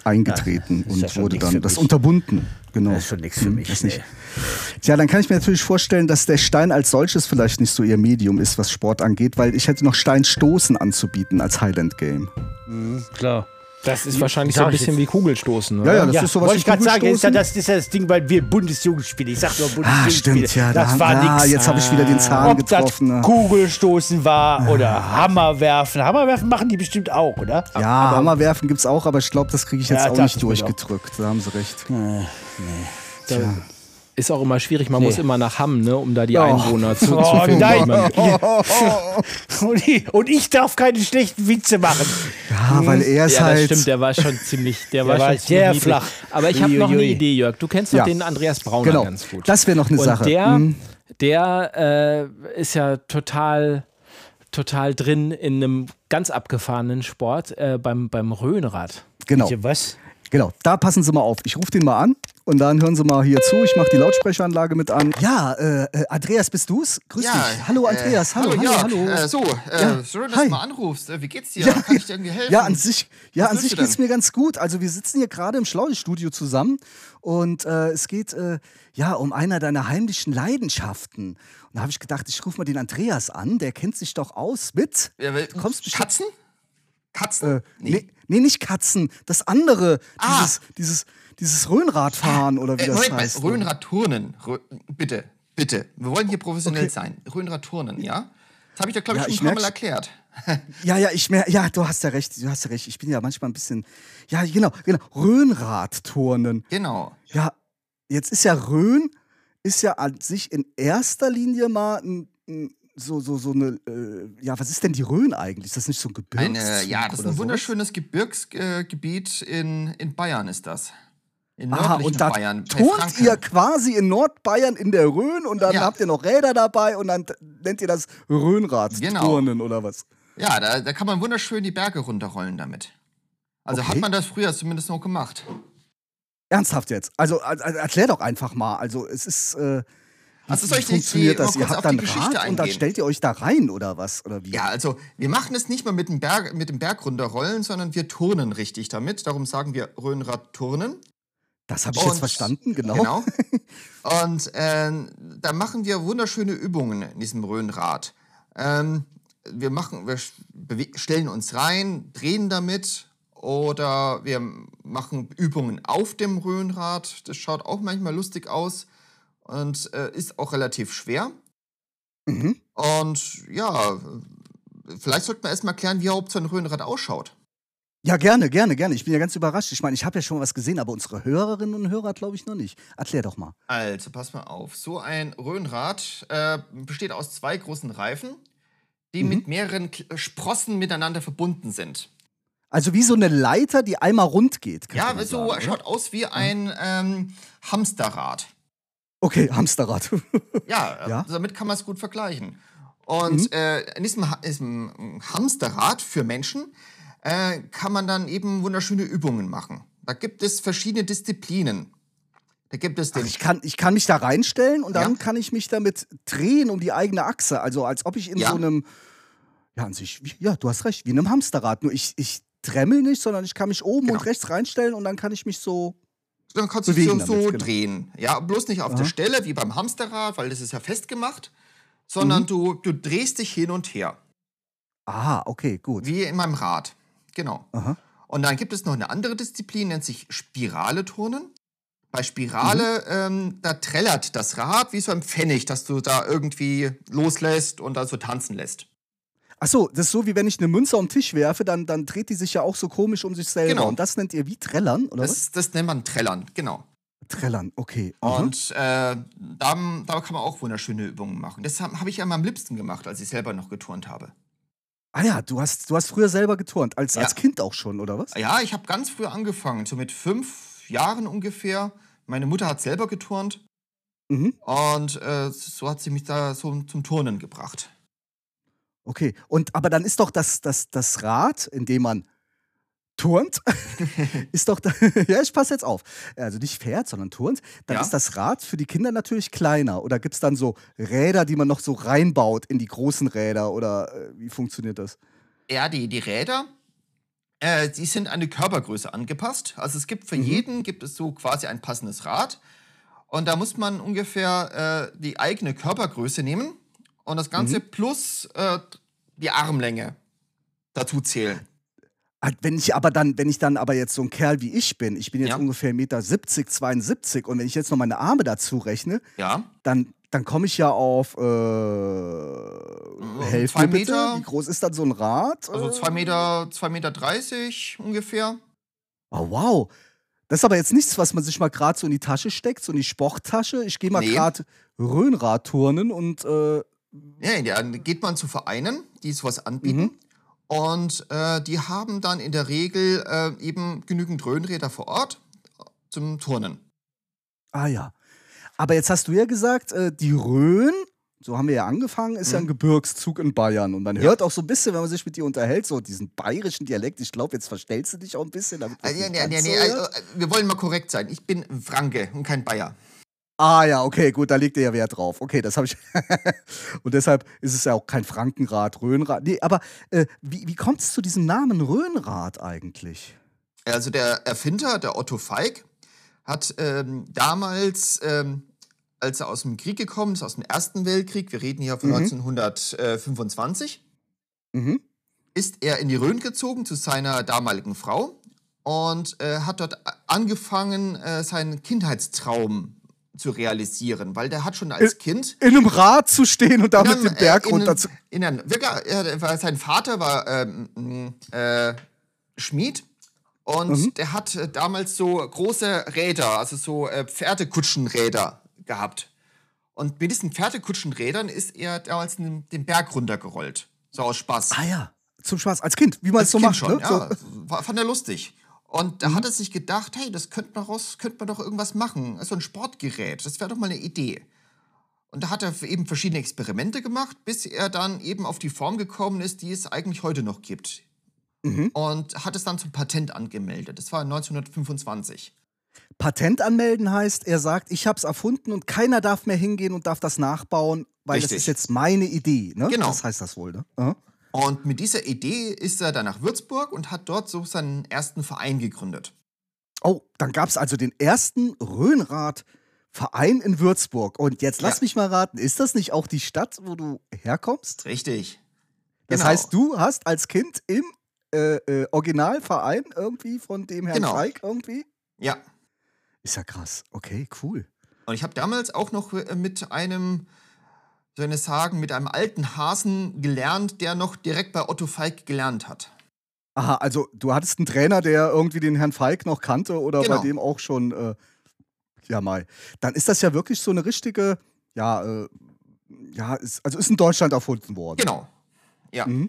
[SPEAKER 4] eingetreten
[SPEAKER 6] Ja, ist ja
[SPEAKER 4] und
[SPEAKER 6] schon
[SPEAKER 4] wurde
[SPEAKER 6] nix
[SPEAKER 4] dann
[SPEAKER 6] für
[SPEAKER 4] das
[SPEAKER 6] mich.
[SPEAKER 4] unterbunden. Genau.
[SPEAKER 6] Das ist schon nichts für
[SPEAKER 4] Hm,
[SPEAKER 6] mich.
[SPEAKER 4] das nicht.
[SPEAKER 6] Nee.
[SPEAKER 4] Tja, dann kann ich mir natürlich vorstellen, dass der Stein als solches vielleicht nicht so ihr Medium ist, was Sport angeht, weil ich hätte noch Steinstoßen anzubieten als Highland Game.
[SPEAKER 6] Klar.
[SPEAKER 7] Das ist wahrscheinlich
[SPEAKER 6] Sag
[SPEAKER 7] so ein
[SPEAKER 6] ich
[SPEAKER 7] bisschen
[SPEAKER 6] jetzt.
[SPEAKER 7] wie Kugelstoßen,
[SPEAKER 4] Ja,
[SPEAKER 7] oder?
[SPEAKER 4] ja, das
[SPEAKER 6] Ja,
[SPEAKER 4] ist sowas
[SPEAKER 6] wollte
[SPEAKER 4] wie
[SPEAKER 6] ich gerade sagen, ist ja
[SPEAKER 4] Kugelstoßen.
[SPEAKER 6] das, das ist ja das Ding, weil wir Bundesjugendspiele, ich sag nur
[SPEAKER 4] Ah,
[SPEAKER 6] Bundesjugendspiele,
[SPEAKER 4] stimmt, ja.
[SPEAKER 6] das
[SPEAKER 4] da,
[SPEAKER 6] war
[SPEAKER 4] ja,
[SPEAKER 6] nix.
[SPEAKER 4] jetzt habe ich wieder den Zahn
[SPEAKER 6] Ob das
[SPEAKER 4] getroffen. ne?
[SPEAKER 6] Kugelstoßen war oder Hammerwerfen. Hammerwerfen machen die bestimmt auch, oder?
[SPEAKER 4] Ja, Hammerwerfen gibt's auch, aber ich glaube, das kriege ich jetzt
[SPEAKER 6] Ja,
[SPEAKER 4] auch
[SPEAKER 6] dachte
[SPEAKER 4] nicht
[SPEAKER 6] ich mir doch.
[SPEAKER 4] durchgedrückt. Da haben sie recht.
[SPEAKER 7] Da ist auch immer schwierig, man muss immer nach Hamm, ne, um da die
[SPEAKER 4] Oh.
[SPEAKER 7] Einwohner zu,
[SPEAKER 6] Oh,
[SPEAKER 7] zu finden.
[SPEAKER 6] nein.
[SPEAKER 7] Man-
[SPEAKER 6] Und ich, und ich darf keine schlechten Witze machen.
[SPEAKER 4] Ja, weil er ist
[SPEAKER 7] Ja, das
[SPEAKER 4] halt.
[SPEAKER 7] stimmt, der war schon ziemlich, der war
[SPEAKER 6] war
[SPEAKER 7] schon
[SPEAKER 6] sehr
[SPEAKER 7] ziemlich
[SPEAKER 6] flach.
[SPEAKER 7] niedrig. Aber ich habe noch eine
[SPEAKER 6] Uiuiui.
[SPEAKER 7] Idee, Jörg. Du kennst doch
[SPEAKER 4] Ja.
[SPEAKER 7] den Andreas Brauner
[SPEAKER 4] Genau.
[SPEAKER 7] ganz gut.
[SPEAKER 4] Das wäre noch eine
[SPEAKER 7] Und
[SPEAKER 4] Sache.
[SPEAKER 7] der,
[SPEAKER 4] Mhm.
[SPEAKER 7] der äh, ist ja total, total drin in einem ganz abgefahrenen Sport äh, beim, beim Rhönrad.
[SPEAKER 4] Genau.
[SPEAKER 6] Bitte, was?
[SPEAKER 4] Genau, da passen Sie mal auf. Ich rufe den mal an und dann hören Sie mal hier zu. Ich mache die Lautsprecheranlage mit an. Ja, äh, äh, Andreas, bist du's? Grüß
[SPEAKER 1] Ja,
[SPEAKER 4] dich. Hallo Andreas,
[SPEAKER 1] äh,
[SPEAKER 4] hallo, hallo,
[SPEAKER 1] Jörg.
[SPEAKER 4] hallo.
[SPEAKER 1] Äh, so, äh,
[SPEAKER 4] Ja,
[SPEAKER 1] schön, dass
[SPEAKER 4] hi.
[SPEAKER 1] du mal anrufst. Äh, wie geht's dir?
[SPEAKER 4] Ja,
[SPEAKER 1] Kann ich dir irgendwie helfen?
[SPEAKER 4] Ja, an sich, ja,
[SPEAKER 1] Was
[SPEAKER 4] an
[SPEAKER 1] willst
[SPEAKER 4] sich
[SPEAKER 1] du
[SPEAKER 4] geht's
[SPEAKER 1] denn?
[SPEAKER 4] mir ganz gut. Also wir sitzen hier gerade im Schlaulichtstudio zusammen und äh, es geht äh, ja um einer deiner heimlichen Leidenschaften. Und da habe ich gedacht, ich rufe mal den Andreas an. Der kennt sich doch aus mit.
[SPEAKER 1] Ja, weil-
[SPEAKER 4] Du kommst bestimmt-
[SPEAKER 1] Katzen? Katzen?
[SPEAKER 4] Äh, nee. nee, nicht Katzen. Das andere,
[SPEAKER 1] Ah.
[SPEAKER 4] dieses, dieses, dieses Rhönradfahren oder wie
[SPEAKER 1] Äh,
[SPEAKER 4] das
[SPEAKER 1] Moment
[SPEAKER 4] heißt.
[SPEAKER 1] mal, Rhönradturnen. Rö bitte, bitte. Wir wollen hier professionell
[SPEAKER 4] Okay.
[SPEAKER 1] sein. Rhönradturnen, ja? Das habe ich dir, glaube ich,
[SPEAKER 4] Ja, ich
[SPEAKER 1] schon ein paar Mal
[SPEAKER 4] merk's.
[SPEAKER 1] erklärt.
[SPEAKER 4] Ja, ja, ich mer ja, du hast ja recht, du hast ja recht. Ich bin ja manchmal ein bisschen, ja, genau, genau, Rhönradturnen.
[SPEAKER 1] Genau.
[SPEAKER 4] Ja, jetzt ist ja Rhön, ist ja an sich in erster Linie mal ein, ein, so, so, so eine, äh, ja, was ist denn die Rhön eigentlich? Ist das nicht so ein Gebirgszug
[SPEAKER 1] Eine, ja, das ist
[SPEAKER 4] oder
[SPEAKER 1] ein
[SPEAKER 4] sowas?
[SPEAKER 1] wunderschönes Gebirgsgebiet äh, in, in Bayern ist das. In
[SPEAKER 4] Aha,
[SPEAKER 1] nördlichen
[SPEAKER 4] und da
[SPEAKER 1] Bayern. bei
[SPEAKER 4] turnt
[SPEAKER 1] Franken.
[SPEAKER 4] ihr quasi in Nordbayern in der Rhön und dann
[SPEAKER 1] Ja.
[SPEAKER 4] habt ihr noch Räder dabei und dann t- nennt ihr das Rhönradturnen oder was?
[SPEAKER 1] Ja, da, da kann man wunderschön die Berge runterrollen damit. Also
[SPEAKER 4] Okay.
[SPEAKER 1] hat man das früher zumindest noch gemacht.
[SPEAKER 4] Ernsthaft jetzt? Also, also erklär doch einfach mal. Also es ist, äh,
[SPEAKER 1] Also
[SPEAKER 4] wie
[SPEAKER 1] soll ich die-
[SPEAKER 4] funktioniert
[SPEAKER 1] die-
[SPEAKER 4] das?
[SPEAKER 1] mal
[SPEAKER 4] Ihr
[SPEAKER 1] kurz
[SPEAKER 4] habt
[SPEAKER 1] auf
[SPEAKER 4] dann
[SPEAKER 1] die
[SPEAKER 4] Rad
[SPEAKER 1] Geschichte
[SPEAKER 4] und dann
[SPEAKER 1] eingehen?
[SPEAKER 4] stellt ihr euch da rein oder was? Oder wie?
[SPEAKER 1] Ja, also wir machen es nicht mal mit dem Berg, mit dem Berg runterrollen, sondern wir turnen richtig damit. Darum sagen wir Rhönradturnen.
[SPEAKER 4] Das habe ich jetzt
[SPEAKER 1] Und-
[SPEAKER 4] verstanden, genau.
[SPEAKER 1] Genau. Und ähm, da machen wir wunderschöne Übungen in diesem Rhönrad. Ähm, wir machen, wir bewe- stellen uns rein, drehen damit oder wir machen Übungen auf dem Rhönrad. Das schaut auch manchmal lustig aus und äh, ist auch relativ schwer.
[SPEAKER 4] Mhm.
[SPEAKER 1] Und ja, vielleicht sollte man erstmal klären, wie überhaupt so ein Rhönrad ausschaut.
[SPEAKER 4] Ja, gerne, gerne, gerne. Ich bin ja ganz überrascht. Ich meine, ich habe ja schon was gesehen, aber unsere Hörerinnen und Hörer glaube ich noch nicht. Erklär doch mal.
[SPEAKER 1] Also, pass mal auf. So ein Rhönrad äh, besteht aus zwei großen Reifen, die mit mehreren K Sprossen miteinander verbunden sind.
[SPEAKER 4] Also wie so eine Leiter, die einmal rund geht. könnte
[SPEAKER 1] Ja,
[SPEAKER 4] man
[SPEAKER 1] so
[SPEAKER 4] sagen, oder?
[SPEAKER 1] schaut aus wie ein ähm, Hamsterrad.
[SPEAKER 4] Okay, Hamsterrad.
[SPEAKER 1] Ja, äh,
[SPEAKER 4] Ja.
[SPEAKER 1] damit kann man es gut vergleichen. Und äh, in diesem, ha diesem Hamsterrad für Menschen äh, kann man dann eben wunderschöne Übungen machen. Da gibt es verschiedene Disziplinen. Da gibt es den
[SPEAKER 4] Ich kann, ich kann mich da reinstellen und dann
[SPEAKER 1] Ja.
[SPEAKER 4] kann ich mich damit drehen um die eigene Achse. Also als ob ich in
[SPEAKER 1] Ja.
[SPEAKER 4] so einem, ja an sich, wie- ja, du hast recht, wie in einem Hamsterrad. Nur ich, ich tremmel nicht, sondern ich kann mich oben
[SPEAKER 1] Genau.
[SPEAKER 4] und rechts reinstellen und dann kann ich mich so.
[SPEAKER 1] Dann kannst du
[SPEAKER 4] bewegen
[SPEAKER 1] dich so,
[SPEAKER 4] damit,
[SPEAKER 1] so
[SPEAKER 4] genau.
[SPEAKER 1] drehen. Ja, bloß nicht auf
[SPEAKER 4] Aha.
[SPEAKER 1] der Stelle wie beim Hamsterrad, weil das ist ja festgemacht, sondern
[SPEAKER 4] Mhm.
[SPEAKER 1] du, du drehst dich hin und her,
[SPEAKER 4] Ah, okay, gut.
[SPEAKER 1] wie in meinem Rad. Genau.
[SPEAKER 4] Aha.
[SPEAKER 1] Und dann gibt es noch eine andere Disziplin, nennt sich Spirale-Turnen. Bei Spirale,
[SPEAKER 4] Mhm.
[SPEAKER 1] ähm, da trällert das Rad wie so ein Pfennig, das du da irgendwie loslässt und da so tanzen lässt.
[SPEAKER 4] Ach so, das ist so, wie wenn ich eine Münze am Tisch werfe, dann, dann dreht die sich ja auch so komisch um sich selber.
[SPEAKER 1] Genau.
[SPEAKER 4] Und das nennt ihr wie Trällern, oder was?
[SPEAKER 1] Das, das nennt man Trällern, genau.
[SPEAKER 4] Trällern, okay. Aha.
[SPEAKER 1] Und äh, da, da kann man auch wunderschöne Übungen machen. Das habe hab ich ja am liebsten gemacht, als ich selber noch geturnt habe.
[SPEAKER 4] Ah ja, du hast, du hast früher selber geturnt, als,
[SPEAKER 1] Ja.
[SPEAKER 4] als Kind auch schon, oder was?
[SPEAKER 1] Ja, ich habe ganz früh angefangen, so mit fünf Jahren ungefähr. Meine Mutter hat selber geturnt
[SPEAKER 4] Mhm.
[SPEAKER 1] und äh, so hat sie mich da so zum Turnen gebracht.
[SPEAKER 4] Okay. Und aber dann ist doch das, das, das Rad, in dem man turnt, ist doch, da, ja, ich passe jetzt auf. Also nicht fährt, sondern turnt. Dann
[SPEAKER 1] Ja.
[SPEAKER 4] ist das Rad für die Kinder natürlich kleiner. Oder gibt es dann so Räder, die man noch so reinbaut in die großen Räder? Oder äh, wie funktioniert das?
[SPEAKER 1] Ja, die, die Räder, Äh, die sind an die Körpergröße angepasst. Also es gibt für mhm. jeden gibt es so quasi ein passendes Rad. Und da muss man ungefähr äh, die eigene Körpergröße nehmen und das Ganze mhm. plus äh, die Armlänge dazu zählen.
[SPEAKER 4] Wenn ich aber dann, wenn ich dann aber jetzt so ein Kerl wie ich bin, ich bin jetzt
[SPEAKER 1] ja.
[SPEAKER 4] ungefähr eins Komma siebzig Meter, zweiundsiebzig und wenn ich jetzt noch meine Arme dazu rechne,
[SPEAKER 1] ja.
[SPEAKER 4] dann, dann komme ich ja auf äh, Hälfte
[SPEAKER 1] zwei
[SPEAKER 4] bitte.
[SPEAKER 1] Meter.
[SPEAKER 4] Wie groß ist dann so ein Rad?
[SPEAKER 1] Also zwei Meter, zwei Meter dreißig ungefähr.
[SPEAKER 4] Oh, wow. Das ist aber jetzt nichts, was man sich mal gerade so in die Tasche steckt, so in die Sporttasche. Ich gehe mal
[SPEAKER 1] Nee.
[SPEAKER 4] gerade Rhönradturnen und äh,
[SPEAKER 1] Ja, dann geht man zu Vereinen, die sowas anbieten.
[SPEAKER 4] Mhm.
[SPEAKER 1] Und äh, die haben dann in der Regel äh, eben genügend Röhnräder vor Ort zum Turnen.
[SPEAKER 4] ah ja. Aber jetzt hast du ja gesagt, äh, die Rhön, so haben wir ja angefangen, ist ja ein Gebirgszug in Bayern. Und man hört auch so ein bisschen, wenn man sich mit dir unterhält, so diesen bayerischen Dialekt. Ich glaube, jetzt verstellst du dich auch ein bisschen. Damit
[SPEAKER 1] Also,
[SPEAKER 4] das
[SPEAKER 1] ja,
[SPEAKER 4] nicht
[SPEAKER 1] ja,
[SPEAKER 4] ganz
[SPEAKER 1] ja,
[SPEAKER 4] so
[SPEAKER 1] also,
[SPEAKER 4] hört.
[SPEAKER 1] äh, wir wollen mal korrekt sein. Ich bin Franke und kein Bayer.
[SPEAKER 4] Ah ja, okay, gut, da legt ihr ja Wert drauf. Okay, das habe ich. Und deshalb ist es ja auch kein Frankenrad, Rhönrad. Nee, aber äh, wie, wie kommt es zu diesem Namen Rhönrad eigentlich?
[SPEAKER 1] Also der Erfinder, der Otto Falk, hat ähm, damals, ähm, als er aus dem Krieg gekommen ist, aus dem Ersten Weltkrieg, wir reden hier von
[SPEAKER 4] Mhm.
[SPEAKER 1] neunzehnhundertfünfundzwanzig,
[SPEAKER 4] Mhm.
[SPEAKER 1] ist er in die Rhön gezogen zu seiner damaligen Frau und äh, hat dort a- angefangen, äh, seinen Kindheitstraum zu realisieren, weil der hat schon als Kind
[SPEAKER 4] In einem Rad zu stehen und da mit
[SPEAKER 1] einem,
[SPEAKER 4] dem Berg
[SPEAKER 1] äh, in,
[SPEAKER 4] runter zu.
[SPEAKER 1] in einem, wirklich, er war, sein Vater war ähm, m, äh, Schmied und
[SPEAKER 4] Mhm.
[SPEAKER 1] der hat äh, damals so große Räder, also so äh, Pferdekutschenräder gehabt. Und mit diesen Pferdekutschenrädern ist er damals den, den Berg runtergerollt. So aus Spaß.
[SPEAKER 4] Ah ja, zum Spaß, als Kind, wie man es
[SPEAKER 1] Als
[SPEAKER 4] so
[SPEAKER 1] Kind
[SPEAKER 4] macht.
[SPEAKER 1] schon,
[SPEAKER 4] Ne?
[SPEAKER 1] ja.
[SPEAKER 4] So.
[SPEAKER 1] War, fand er lustig. Und da hat er sich gedacht, hey, das könnte man, raus, könnte man doch irgendwas machen. So ein Sportgerät, das wäre doch mal eine Idee. Und da hat er eben verschiedene Experimente gemacht, bis er dann eben auf die Form gekommen ist, die es eigentlich heute noch gibt.
[SPEAKER 4] Mhm.
[SPEAKER 1] Und hat es dann zum Patent angemeldet. Das war neunzehnhundertfünfundzwanzig.
[SPEAKER 4] Patent anmelden heißt, er sagt, ich habe es erfunden und keiner darf mehr hingehen und darf das nachbauen, weil das
[SPEAKER 1] Richtig.
[SPEAKER 4] ist jetzt meine Idee. Ne?
[SPEAKER 1] Genau.
[SPEAKER 4] Das heißt das wohl, ne? Aha.
[SPEAKER 1] Und mit dieser Idee ist er dann nach Würzburg und hat dort so seinen ersten Verein gegründet.
[SPEAKER 4] Oh, dann gab es also den ersten Rhönrad-Verein in Würzburg. Und jetzt lass
[SPEAKER 1] Ja.
[SPEAKER 4] mich mal raten, ist das nicht auch die Stadt, wo du herkommst?
[SPEAKER 1] Richtig.
[SPEAKER 4] Das
[SPEAKER 1] Genau.
[SPEAKER 4] heißt, du hast als Kind im äh, äh, Originalverein irgendwie von dem Herrn
[SPEAKER 1] Genau.
[SPEAKER 4] Falk irgendwie?
[SPEAKER 1] Ja.
[SPEAKER 4] Ist ja krass. Okay, cool.
[SPEAKER 1] Und ich habe damals auch noch äh, mit einem, soll ich sagen, mit einem alten Hasen gelernt, der noch direkt bei Otto Falk gelernt hat.
[SPEAKER 4] Aha, also du hattest einen Trainer, der irgendwie den Herrn Falk noch kannte oder
[SPEAKER 1] Genau.
[SPEAKER 4] bei dem auch schon, äh, ja mal. Dann ist das ja wirklich so eine richtige, ja, äh, ja, ist, also ist in Deutschland erfunden worden.
[SPEAKER 1] Genau. Ja.
[SPEAKER 4] Mhm.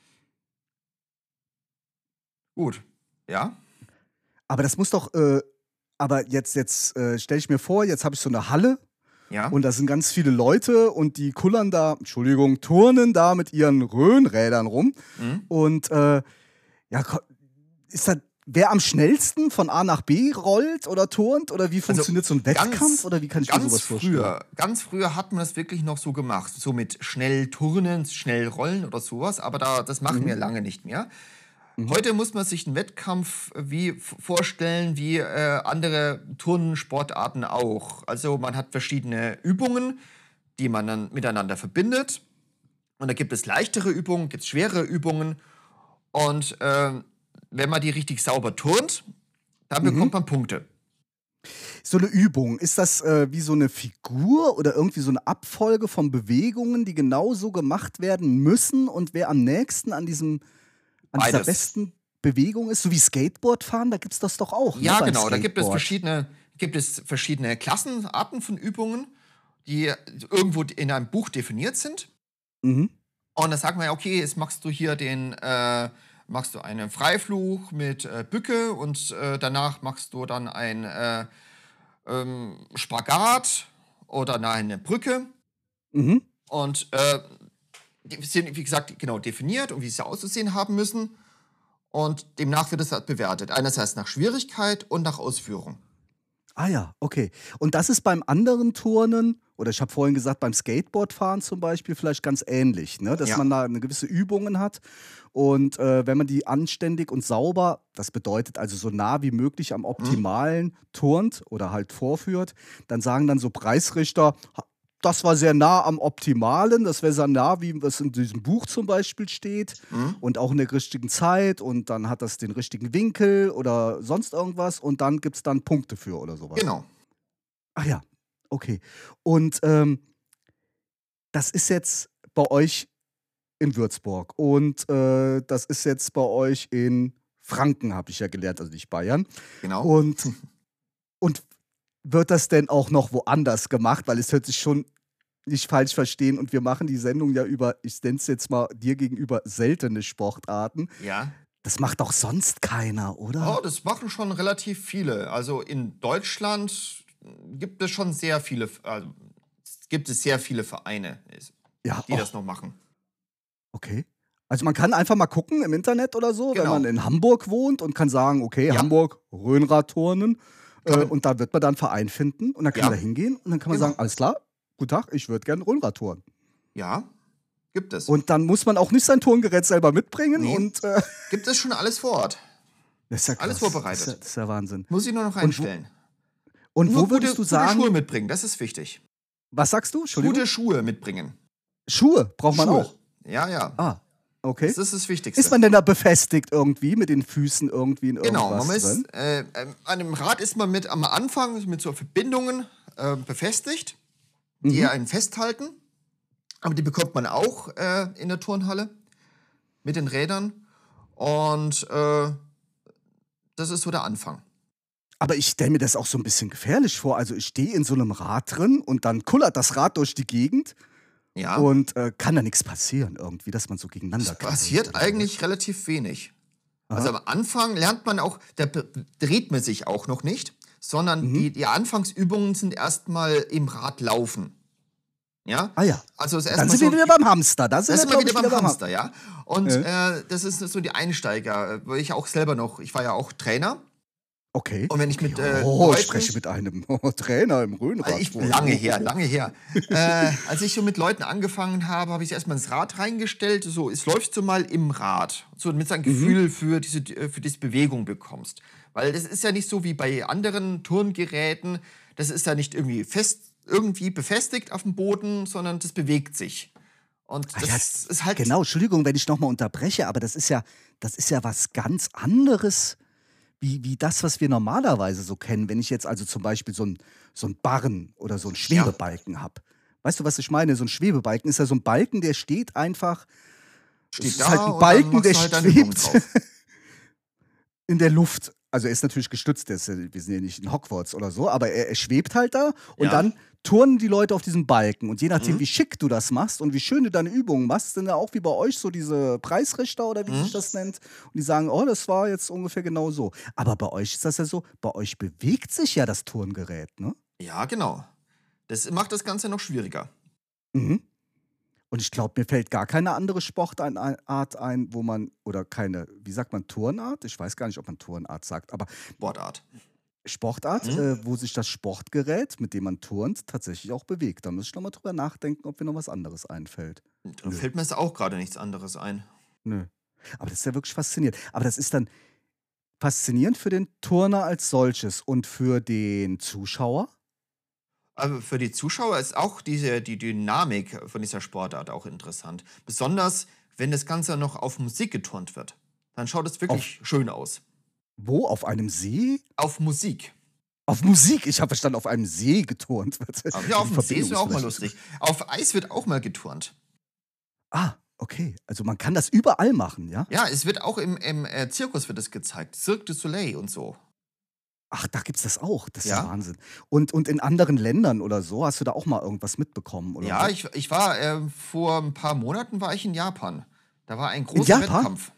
[SPEAKER 1] Gut. Ja.
[SPEAKER 4] Aber das muss doch, äh, aber jetzt, jetzt äh, stelle ich mir vor, jetzt habe ich so eine Halle
[SPEAKER 1] Ja.
[SPEAKER 4] und da sind ganz viele Leute und die kullern da, Entschuldigung, turnen da mit ihren Röhnrädern rum.
[SPEAKER 1] Mhm.
[SPEAKER 4] Und äh, ja, ko- ist da, wer am schnellsten von A nach B rollt oder turnt? Oder wie funktioniert so ein Wettkampf?
[SPEAKER 1] ganz-
[SPEAKER 4] oder wie kann ich mir
[SPEAKER 1] Ganz
[SPEAKER 4] sowas vorstellen?
[SPEAKER 1] früher, ganz früher hat man das wirklich noch so gemacht. So mit schnell turnen, schnell rollen oder sowas. Aber da, das machen wir lange nicht mehr. Heute muss man sich einen Wettkampf wie f- vorstellen, wie äh, andere Turnsportarten auch. Also man hat verschiedene Übungen, die man dann miteinander verbindet. Und da gibt es leichtere Übungen, gibt es schwere Übungen. Und ähm, wenn man die richtig sauber turnt, dann bekommt man Punkte.
[SPEAKER 4] So eine Übung, ist das äh, wie so eine Figur oder irgendwie so eine Abfolge von Bewegungen, die genau so gemacht werden müssen? Und wer am nächsten an diesem an dieser
[SPEAKER 1] Beides.
[SPEAKER 4] besten Bewegung ist, so wie Skateboardfahren, da gibt es das doch auch. ne,
[SPEAKER 1] Ja,
[SPEAKER 4] beim
[SPEAKER 1] genau. Da gibt es
[SPEAKER 4] Skateboard.
[SPEAKER 1] verschiedene, gibt es verschiedene Klassen, Arten von Übungen, die irgendwo in einem Buch definiert sind.
[SPEAKER 4] Mhm.
[SPEAKER 1] Und dann sagen wir, okay, jetzt machst du hier den, äh, machst du einen Freiflug mit äh, Bücke und äh, danach machst du dann ein äh, ähm, Spagat oder eine Brücke.
[SPEAKER 4] Mhm.
[SPEAKER 1] Und äh, die sind, wie gesagt, genau definiert und wie sie auszusehen haben müssen. Und demnach wird es halt bewertet. Einerseits nach Schwierigkeit und nach Ausführung.
[SPEAKER 4] Ah ja, okay. Und das ist beim anderen Turnen oder ich habe vorhin gesagt, beim Skateboardfahren zum Beispiel vielleicht ganz ähnlich, ne? Dass
[SPEAKER 1] Ja.
[SPEAKER 4] man da eine gewisse Übungen hat. Und äh, wenn man die anständig und sauber, das bedeutet also so nah wie möglich am Optimalen turnt oder halt vorführt, dann sagen dann so Preisrichter, "Ha, das war sehr nah am Optimalen, das wäre sehr nah, wie es in diesem Buch zum Beispiel steht und auch in der richtigen Zeit und dann hat das den richtigen Winkel oder sonst irgendwas und dann gibt es dann Punkte für oder sowas.
[SPEAKER 1] Genau.
[SPEAKER 4] Ach ja, okay. Und ähm, das ist jetzt bei euch in Würzburg und äh, das ist jetzt bei euch in Franken, habe ich ja gelernt, also nicht Bayern.
[SPEAKER 1] Genau.
[SPEAKER 4] Und, und wird das denn auch noch woanders gemacht? Weil es hört sich schon nicht falsch verstehen und wir machen die Sendung ja über, ich nenne es jetzt mal dir gegenüber, seltene Sportarten.
[SPEAKER 1] Ja.
[SPEAKER 4] Das macht doch sonst keiner, oder?
[SPEAKER 1] Oh, das machen schon relativ viele. Also in Deutschland gibt es schon sehr viele, also gibt es sehr viele Vereine,
[SPEAKER 4] Ja,
[SPEAKER 1] die
[SPEAKER 4] oh,
[SPEAKER 1] das noch machen.
[SPEAKER 4] okay. Also man kann einfach mal gucken im Internet oder so, wenn
[SPEAKER 1] Genau.
[SPEAKER 4] man in Hamburg wohnt und kann sagen, okay,
[SPEAKER 1] Ja.
[SPEAKER 4] Hamburg, Rhönradturnen. Äh,
[SPEAKER 1] Kann man-
[SPEAKER 4] und da wird man dann einen Verein finden und dann kann
[SPEAKER 1] Ja.
[SPEAKER 4] man da hingehen und dann kann man
[SPEAKER 1] Genau.
[SPEAKER 4] sagen, alles klar, guten Tag, ich würde gerne Rhönradturnen.
[SPEAKER 1] Ja, gibt es.
[SPEAKER 4] Und dann muss man auch nicht sein Turngerät selber mitbringen
[SPEAKER 1] Nee.
[SPEAKER 4] und äh,
[SPEAKER 1] Gibt es schon alles vor Ort.
[SPEAKER 4] das ist ja krass.
[SPEAKER 1] Alles vorbereitet.
[SPEAKER 4] Das ist ja, das ist ja Wahnsinn.
[SPEAKER 1] Muss ich nur noch
[SPEAKER 4] wo-
[SPEAKER 1] einstellen.
[SPEAKER 4] Und
[SPEAKER 1] Nur
[SPEAKER 4] wo würdest
[SPEAKER 1] gute,
[SPEAKER 4] du sagen,
[SPEAKER 1] gute Schuhe mitbringen, das ist wichtig.
[SPEAKER 4] was sagst du? Entschuldigung?
[SPEAKER 1] Gute Schuhe mitbringen.
[SPEAKER 4] Schuhe braucht man
[SPEAKER 1] Schuhe.
[SPEAKER 4] auch.
[SPEAKER 1] Ja, ja.
[SPEAKER 4] Ah, okay.
[SPEAKER 1] Das ist das Wichtigste.
[SPEAKER 4] Ist man denn da befestigt irgendwie mit den Füßen irgendwie in
[SPEAKER 1] Genau,
[SPEAKER 4] irgendwas
[SPEAKER 1] man
[SPEAKER 4] drin?
[SPEAKER 1] ist, äh, ähm, an dem Rad ist man mit am Anfang mit so Verbindungen äh, befestigt, die
[SPEAKER 4] Mhm.
[SPEAKER 1] einen festhalten. Aber die bekommt man auch äh, in der Turnhalle mit den Rädern. Und äh, das ist so der Anfang.
[SPEAKER 4] Aber ich stelle mir das auch so ein bisschen gefährlich vor. Also ich stehe in so einem Rad drin und dann kullert das Rad durch die Gegend
[SPEAKER 1] Ja,
[SPEAKER 4] und äh, kann da nichts passieren irgendwie, dass man so gegeneinander
[SPEAKER 1] es
[SPEAKER 4] knallt
[SPEAKER 1] passiert
[SPEAKER 4] oder so.
[SPEAKER 1] eigentlich relativ wenig. Also am Anfang lernt man auch, da be- dreht man sich auch noch nicht, sondern
[SPEAKER 4] Mhm.
[SPEAKER 1] die, die Anfangsübungen sind erstmal im Rad laufen. Ja?
[SPEAKER 4] Ah ja.
[SPEAKER 1] Also es ist
[SPEAKER 4] Dann
[SPEAKER 1] erstmal
[SPEAKER 4] sind wir
[SPEAKER 1] so,
[SPEAKER 4] wieder beim Hamster. Da sind
[SPEAKER 1] das
[SPEAKER 4] wir,
[SPEAKER 1] sind wir
[SPEAKER 4] glaub
[SPEAKER 1] wieder
[SPEAKER 4] ich,
[SPEAKER 1] beim Hamster, ja. Und
[SPEAKER 4] Ja.
[SPEAKER 1] äh, das ist so die Einsteiger, äh, weil ich auch selber noch, ich war ja auch Trainer.
[SPEAKER 4] Okay.
[SPEAKER 1] Und wenn ich mit äh,
[SPEAKER 4] Oh, ich
[SPEAKER 1] Leuten,
[SPEAKER 4] spreche mit einem Trainer im Rhönrad.
[SPEAKER 1] also ich, lange her, lange her. äh, als ich so mit Leuten angefangen habe, habe ich erstmal ins Rad reingestellt. So, es läufst du mal im Rad, so damit du ein Gefühl für diese, äh, für diese Bewegung bekommst. Weil das ist ja nicht so wie bei anderen Turngeräten. Das ist ja nicht irgendwie fest, irgendwie befestigt auf dem Boden, sondern das bewegt sich. Und
[SPEAKER 4] Ah
[SPEAKER 1] das
[SPEAKER 4] ja,
[SPEAKER 1] ist halt
[SPEAKER 4] Genau, Entschuldigung, wenn ich nochmal unterbreche, aber das ist ja, das ist ja was ganz anderes, wie, wie das, was wir normalerweise so kennen. Wenn ich jetzt also zum Beispiel so ein, so ein Barren oder so ein Schwebebalken habe. Weißt du, was ich meine? So ein Schwebebalken ist ja so ein Balken, der steht einfach.
[SPEAKER 1] steht
[SPEAKER 4] es ist
[SPEAKER 1] da
[SPEAKER 4] halt ein
[SPEAKER 1] und
[SPEAKER 4] Balken,
[SPEAKER 1] dann machst
[SPEAKER 4] der
[SPEAKER 1] du halt deine Übung
[SPEAKER 4] schwebt
[SPEAKER 1] drauf.
[SPEAKER 4] in der Luft. Also er ist natürlich gestützt, der ist, ja- wir sind ja nicht in Hogwarts oder so, aber er, er schwebt halt da und
[SPEAKER 1] Ja.
[SPEAKER 4] dann turnen die Leute auf diesem Balken. Und je nachdem,
[SPEAKER 1] Mhm.
[SPEAKER 4] wie schick du das machst und wie schön du deine Übungen machst, sind da auch wie bei euch so diese Preisrichter oder wie
[SPEAKER 1] Mhm.
[SPEAKER 4] sich das nennt. Und die sagen, oh, das war jetzt ungefähr genau so. Aber bei euch ist das ja so, bei euch bewegt sich ja das Turngerät, ne?
[SPEAKER 1] Ja, genau. Das macht das Ganze noch schwieriger.
[SPEAKER 4] Mhm. Und ich glaube, mir fällt gar keine andere Sportart ein, wo man, oder keine, wie sagt man, Turnart? Ich weiß gar nicht, ob man Turnart sagt, aber
[SPEAKER 1] Sportart.
[SPEAKER 4] Sportart,
[SPEAKER 1] Mhm.
[SPEAKER 4] äh, wo sich das Sportgerät, mit dem man turnt, tatsächlich auch bewegt. Da muss ich nochmal drüber nachdenken, ob mir noch was anderes einfällt.
[SPEAKER 1] Da fällt mir jetzt auch gerade nichts anderes ein.
[SPEAKER 4] Nö. Aber das ist ja wirklich faszinierend. Aber das ist dann faszinierend für den Turner als solches und für den Zuschauer.
[SPEAKER 1] Aber für die Zuschauer ist auch diese, die Dynamik von dieser Sportart auch interessant. Besonders, wenn das Ganze noch auf Musik geturnt wird. Dann schaut es wirklich schön aus.
[SPEAKER 4] Wo? Auf einem See?
[SPEAKER 1] Auf Musik.
[SPEAKER 4] Auf Musik? Ich habe verstanden, auf einem See geturnt wird.
[SPEAKER 1] Aber ja, auf
[SPEAKER 4] Die
[SPEAKER 1] dem See ist
[SPEAKER 4] Verbindung
[SPEAKER 1] ja auch mal
[SPEAKER 4] vielleicht-
[SPEAKER 1] lustig. Auf Eis wird auch mal geturnt.
[SPEAKER 4] Ah, okay. Also man kann das überall machen, ja?
[SPEAKER 1] Ja, es wird auch im, im äh, Zirkus wird es gezeigt. Cirque du Soleil und so.
[SPEAKER 4] Ach, da gibt's das auch. Das ist
[SPEAKER 1] Ja.
[SPEAKER 4] ja Wahnsinn. Und, und in anderen Ländern oder so, hast du da auch mal irgendwas mitbekommen? Oder
[SPEAKER 1] Ja,
[SPEAKER 4] so?
[SPEAKER 1] ich, ich war äh, vor ein paar Monaten war ich in Japan. Da war ein großer
[SPEAKER 4] Japan?
[SPEAKER 1] Wettkampf.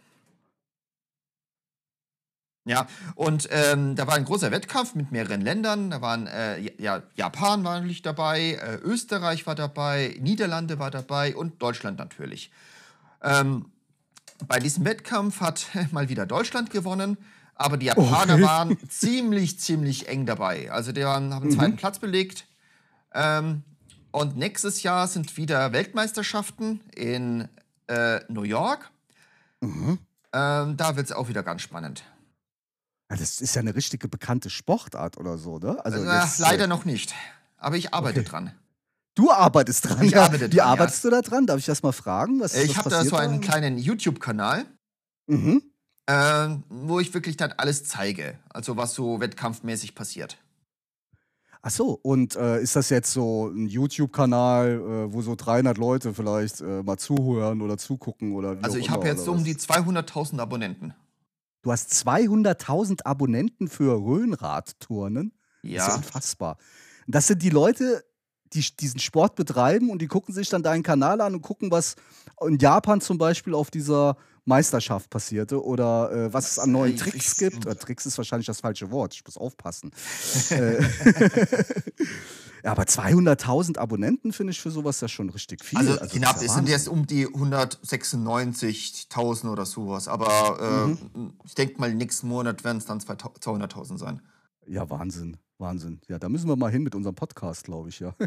[SPEAKER 1] Ja, und ähm, da war ein großer Wettkampf mit mehreren Ländern. Da waren äh, ja, Japan war natürlich dabei, äh, Österreich war dabei, Niederlande war dabei und Deutschland natürlich. Ähm, bei diesem Wettkampf hat mal wieder Deutschland gewonnen, aber die Japaner
[SPEAKER 4] Okay.
[SPEAKER 1] waren ziemlich, ziemlich eng dabei. Also die waren, haben den zweiten Platz belegt. Ähm, Und nächstes Jahr sind wieder Weltmeisterschaften in äh, New York.
[SPEAKER 4] Mhm.
[SPEAKER 1] Ähm, da wird es auch wieder ganz spannend.
[SPEAKER 4] Ja, das ist ja eine richtige bekannte Sportart oder so, ne? Also
[SPEAKER 1] äh,
[SPEAKER 4] jetzt,
[SPEAKER 1] leider
[SPEAKER 4] äh,
[SPEAKER 1] noch nicht. Aber ich arbeite
[SPEAKER 4] okay.
[SPEAKER 1] dran.
[SPEAKER 4] Du arbeitest dran.
[SPEAKER 1] Ich
[SPEAKER 4] ja.
[SPEAKER 1] arbeite
[SPEAKER 4] Wie
[SPEAKER 1] dran,
[SPEAKER 4] arbeitest du da dran? Darf ich das mal fragen? Was,
[SPEAKER 1] Äh, ich
[SPEAKER 4] was
[SPEAKER 1] habe da
[SPEAKER 4] passiert
[SPEAKER 1] so einen kleinen YouTube-Kanal,
[SPEAKER 4] Mhm.
[SPEAKER 1] äh, wo ich wirklich dann alles zeige. Also was so wettkampfmäßig passiert.
[SPEAKER 4] Ach so, und äh, ist das jetzt so ein YouTube-Kanal, äh, wo so dreihundert Leute vielleicht äh, mal zuhören oder zugucken oder wie
[SPEAKER 1] Also
[SPEAKER 4] auch
[SPEAKER 1] ich
[SPEAKER 4] immer,
[SPEAKER 1] habe jetzt
[SPEAKER 4] oder
[SPEAKER 1] so um
[SPEAKER 4] was?
[SPEAKER 1] die zweihunderttausend Abonnenten.
[SPEAKER 4] Du hast zweihunderttausend Abonnenten für Rhönradturnen? Das ist ja
[SPEAKER 1] Ja.
[SPEAKER 4] unfassbar. Das sind die Leute, die diesen Sport betreiben und die gucken sich dann deinen Kanal an und gucken, was in Japan zum Beispiel auf dieser Meisterschaft passierte oder äh, was es an neuen
[SPEAKER 1] Äh,
[SPEAKER 4] Tricks
[SPEAKER 1] ich-
[SPEAKER 4] gibt. Äh, Tricks ist wahrscheinlich das falsche Wort, ich muss aufpassen. Äh, ja, aber zweihunderttausend Abonnenten finde ich für sowas ja schon richtig viel.
[SPEAKER 1] Also,
[SPEAKER 4] das
[SPEAKER 1] knapp,
[SPEAKER 4] ist ja
[SPEAKER 1] es sind
[SPEAKER 4] Wahnsinn.
[SPEAKER 1] jetzt um die hundertsechsundneunzigtausend oder sowas. Aber äh,
[SPEAKER 4] Mhm.
[SPEAKER 1] ich denke mal, nächsten Monat werden es dann zweihunderttausend sein.
[SPEAKER 4] Ja, Wahnsinn, Wahnsinn. Ja, da müssen wir mal hin mit unserem Podcast, glaube ich, ja.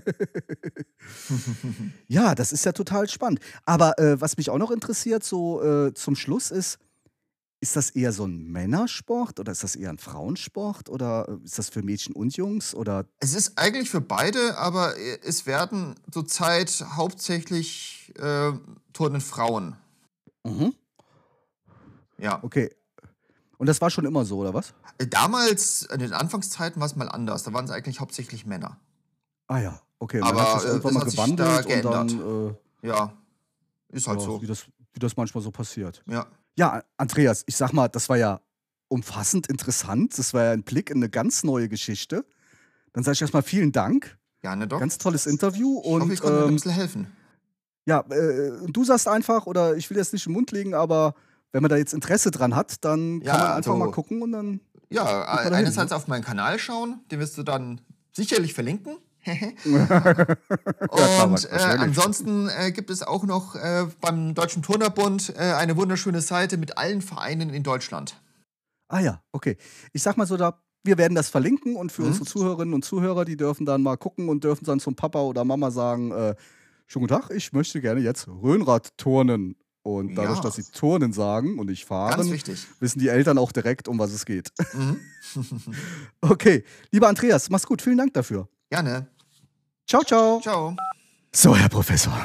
[SPEAKER 4] Ja, das ist ja total spannend. Aber äh, was mich auch noch interessiert, so äh, zum Schluss ist, ist das eher so ein Männersport oder ist das eher ein Frauensport oder äh, ist das für Mädchen und Jungs oder
[SPEAKER 1] Es ist eigentlich für beide, aber äh, es werden zurzeit hauptsächlich äh, turnen Frauen.
[SPEAKER 4] Mhm.
[SPEAKER 1] Ja.
[SPEAKER 4] Okay. Und das war schon immer so, oder was?
[SPEAKER 1] Äh, Damals, in den Anfangszeiten, war es mal anders. Da waren es eigentlich hauptsächlich Männer.
[SPEAKER 4] Ah ja, okay. Und
[SPEAKER 1] Aber,
[SPEAKER 4] dann hat sich
[SPEAKER 1] äh,
[SPEAKER 4] irgendwann
[SPEAKER 1] es
[SPEAKER 4] mal
[SPEAKER 1] hat sich da
[SPEAKER 4] gewandelt und
[SPEAKER 1] geändert.
[SPEAKER 4] dann, äh,
[SPEAKER 1] Ja, ist halt
[SPEAKER 4] ja,
[SPEAKER 1] so.
[SPEAKER 4] wie, das, wie das manchmal so passiert.
[SPEAKER 1] Ja.
[SPEAKER 4] Ja, Andreas, ich sag mal, das war ja umfassend interessant. Das war ja ein Blick in eine ganz neue Geschichte. Dann sage ich erstmal vielen Dank.
[SPEAKER 1] Gerne doch.
[SPEAKER 4] Ganz tolles Interview.
[SPEAKER 1] Ich hoffe,
[SPEAKER 4] Und
[SPEAKER 1] ich konnte mir ein
[SPEAKER 4] ähm,
[SPEAKER 1] bisschen helfen.
[SPEAKER 4] ja, äh, du sagst einfach, oder ich will jetzt nicht im Mund legen, aber wenn man da jetzt Interesse dran hat, dann kann
[SPEAKER 1] Ja,
[SPEAKER 4] man einfach
[SPEAKER 1] also-
[SPEAKER 4] mal gucken und dann.
[SPEAKER 1] Ja,
[SPEAKER 4] man da hin,
[SPEAKER 1] einerseits
[SPEAKER 4] ne?
[SPEAKER 1] auf meinen Kanal schauen, den wirst du dann sicherlich verlinken.
[SPEAKER 4] klar,
[SPEAKER 1] Und äh,
[SPEAKER 4] wahrscheinlich.
[SPEAKER 1] ansonsten äh, gibt es auch noch äh, beim Deutschen Turnerbund äh, eine wunderschöne Seite mit allen Vereinen in Deutschland.
[SPEAKER 4] Ah ja, okay. Ich sag mal so, da, wir werden das verlinken und für
[SPEAKER 1] Mhm.
[SPEAKER 4] unsere Zuhörerinnen und Zuhörer, die dürfen dann mal gucken und dürfen dann zum Papa oder Mama sagen, äh, schönen guten Tag, ich möchte gerne jetzt Rhönrad turnen. Und dadurch,
[SPEAKER 1] Ja.
[SPEAKER 4] dass sie turnen sagen und nicht
[SPEAKER 1] Ganz
[SPEAKER 4] fahren,
[SPEAKER 1] wichtig.
[SPEAKER 4] wissen die Eltern auch direkt, um was es geht.
[SPEAKER 1] Mhm.
[SPEAKER 4] Okay, lieber Andreas, mach's gut, vielen Dank dafür.
[SPEAKER 1] Gerne.
[SPEAKER 4] Ciao, ciao.
[SPEAKER 1] Ciao.
[SPEAKER 4] So, Herr Professor.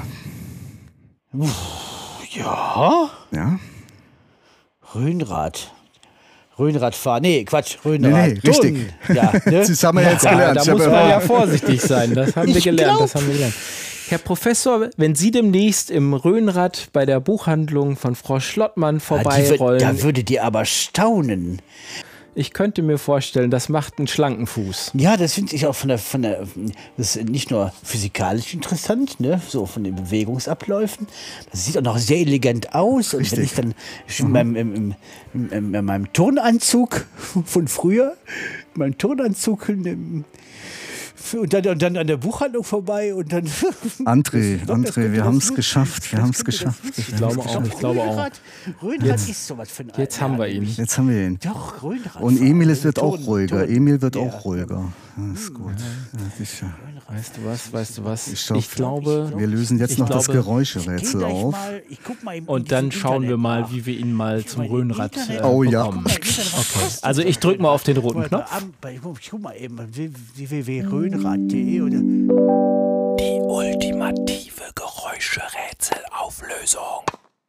[SPEAKER 6] Ja,
[SPEAKER 4] Ja?
[SPEAKER 6] Rhönrad. Rhönradfahren. Nee, Quatsch,
[SPEAKER 4] Nee,
[SPEAKER 6] Rhönrad.
[SPEAKER 4] nee, richtig.
[SPEAKER 6] Ja, ne?
[SPEAKER 4] Das haben wir jetzt
[SPEAKER 7] Ja,
[SPEAKER 4] gelernt.
[SPEAKER 7] da
[SPEAKER 4] Ich hab
[SPEAKER 7] muss
[SPEAKER 4] ja-
[SPEAKER 7] man ja vorsichtig sein. Das haben wir
[SPEAKER 6] Ich
[SPEAKER 7] gelernt.
[SPEAKER 6] glaub-
[SPEAKER 7] Das haben wir gelernt. Herr Professor, wenn Sie demnächst im Rhönrad bei der Buchhandlung von Frau Schlottmann
[SPEAKER 6] Ja, die wird,
[SPEAKER 7] vorbeirollen,
[SPEAKER 6] da würdet ihr aber staunen.
[SPEAKER 7] ich könnte mir vorstellen, das macht einen schlanken Fuß.
[SPEAKER 6] Ja, das finde ich auch von der, von der, das ist nicht nur physikalisch interessant, ne, so von den Bewegungsabläufen. Das sieht auch noch sehr elegant aus. Und wenn
[SPEAKER 4] Richtig.
[SPEAKER 6] ich dann in meinem, im, im, im, im, in meinem Turnanzug von früher, meinem Turnanzug, in, und dann, und dann an der Buchhandlung vorbei und dann.
[SPEAKER 4] André,
[SPEAKER 6] Das- das
[SPEAKER 4] André,
[SPEAKER 6] könnte
[SPEAKER 4] wir
[SPEAKER 6] das
[SPEAKER 4] haben es
[SPEAKER 6] lustig-
[SPEAKER 4] geschafft. Wir
[SPEAKER 6] das
[SPEAKER 4] haben es
[SPEAKER 6] könnte das
[SPEAKER 4] geschafft.
[SPEAKER 6] lustig
[SPEAKER 7] Ich glaube auch, ich glaube auch.
[SPEAKER 6] Rhönrad, Rhönrad ist sowas für ein
[SPEAKER 7] Jetzt haben wir ihn.
[SPEAKER 4] Jetzt haben wir ihn.
[SPEAKER 6] Doch, Rhönrad.
[SPEAKER 4] Und Emil es wird auch
[SPEAKER 6] Turnen,
[SPEAKER 4] ruhiger.
[SPEAKER 6] Turnen.
[SPEAKER 4] Emil wird
[SPEAKER 6] Ja.
[SPEAKER 4] auch ruhiger. Das ist gut. Ja, sicher.
[SPEAKER 7] Weißt du was, weißt du was?
[SPEAKER 4] Ich
[SPEAKER 7] Ich,
[SPEAKER 4] glaub-
[SPEAKER 7] glaube,
[SPEAKER 4] Wir lösen jetzt
[SPEAKER 7] Ich
[SPEAKER 4] noch das
[SPEAKER 7] glaube,
[SPEAKER 4] Geräuscherätsel
[SPEAKER 6] Geh gleich
[SPEAKER 4] auf.
[SPEAKER 6] mal, ich guck mal im- in
[SPEAKER 7] und dann
[SPEAKER 6] diesem
[SPEAKER 7] schauen wir
[SPEAKER 6] Internet
[SPEAKER 7] mal,
[SPEAKER 6] nach.
[SPEAKER 7] wie wir ihn mal zum Rhönrad äh,
[SPEAKER 6] Internet-
[SPEAKER 4] Oh ja.
[SPEAKER 7] bekommen.
[SPEAKER 6] Guck mal im Internet, was kostet
[SPEAKER 7] Also ich
[SPEAKER 6] so
[SPEAKER 7] drück mal auf den roten
[SPEAKER 6] Rhönrad?
[SPEAKER 7] Knopf.
[SPEAKER 6] Am- bei- Ich guck mal eben, w w w punkt rhönrad punkt de oder.
[SPEAKER 7] Die ultimative Geräuscherätselauflösung.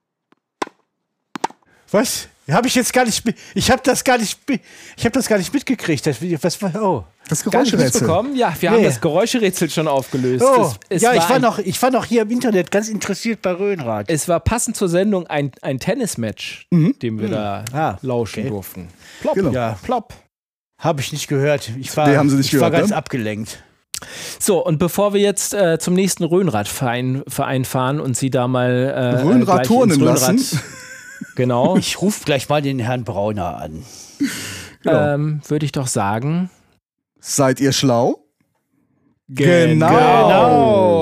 [SPEAKER 6] Was? Habe ich jetzt gar nicht. mi- Ich habe das gar nicht. mi- Ich habe das gar nicht mitgekriegt. Das, was war? Oh.
[SPEAKER 4] Das
[SPEAKER 7] Gar nicht
[SPEAKER 4] Geräuscherätsel.
[SPEAKER 7] mitbekommen? Ja, wir haben
[SPEAKER 6] Nee.
[SPEAKER 7] das Geräuscherätsel schon aufgelöst.
[SPEAKER 6] Oh.
[SPEAKER 7] Es, es
[SPEAKER 6] ja, ich war
[SPEAKER 7] ein,
[SPEAKER 6] noch. Ich war noch hier im Internet ganz interessiert bei Rhönrad.
[SPEAKER 7] Es war passend zur Sendung ein, ein Tennismatch, dem wir da
[SPEAKER 6] Ah,
[SPEAKER 7] lauschen
[SPEAKER 6] okay.
[SPEAKER 7] durften. Plopp,
[SPEAKER 4] Genau.
[SPEAKER 7] ja, plopp.
[SPEAKER 6] Habe ich nicht gehört. Ich war,
[SPEAKER 4] Nee, haben Sie nicht
[SPEAKER 6] ich war
[SPEAKER 4] gehört,
[SPEAKER 6] ganz
[SPEAKER 4] ne?
[SPEAKER 6] abgelenkt.
[SPEAKER 7] So, und bevor wir jetzt äh, zum nächsten Rhönradverein Verein fahren und Sie da mal äh,
[SPEAKER 4] Rhönrad
[SPEAKER 7] gleich
[SPEAKER 4] turnen
[SPEAKER 7] ins Rhönrad-
[SPEAKER 4] lassen.
[SPEAKER 7] Genau,
[SPEAKER 6] Ich rufe gleich mal den Herrn Brauner an.
[SPEAKER 4] Genau.
[SPEAKER 7] ähm, würde ich doch sagen.
[SPEAKER 4] Seid ihr schlau?
[SPEAKER 7] Genau.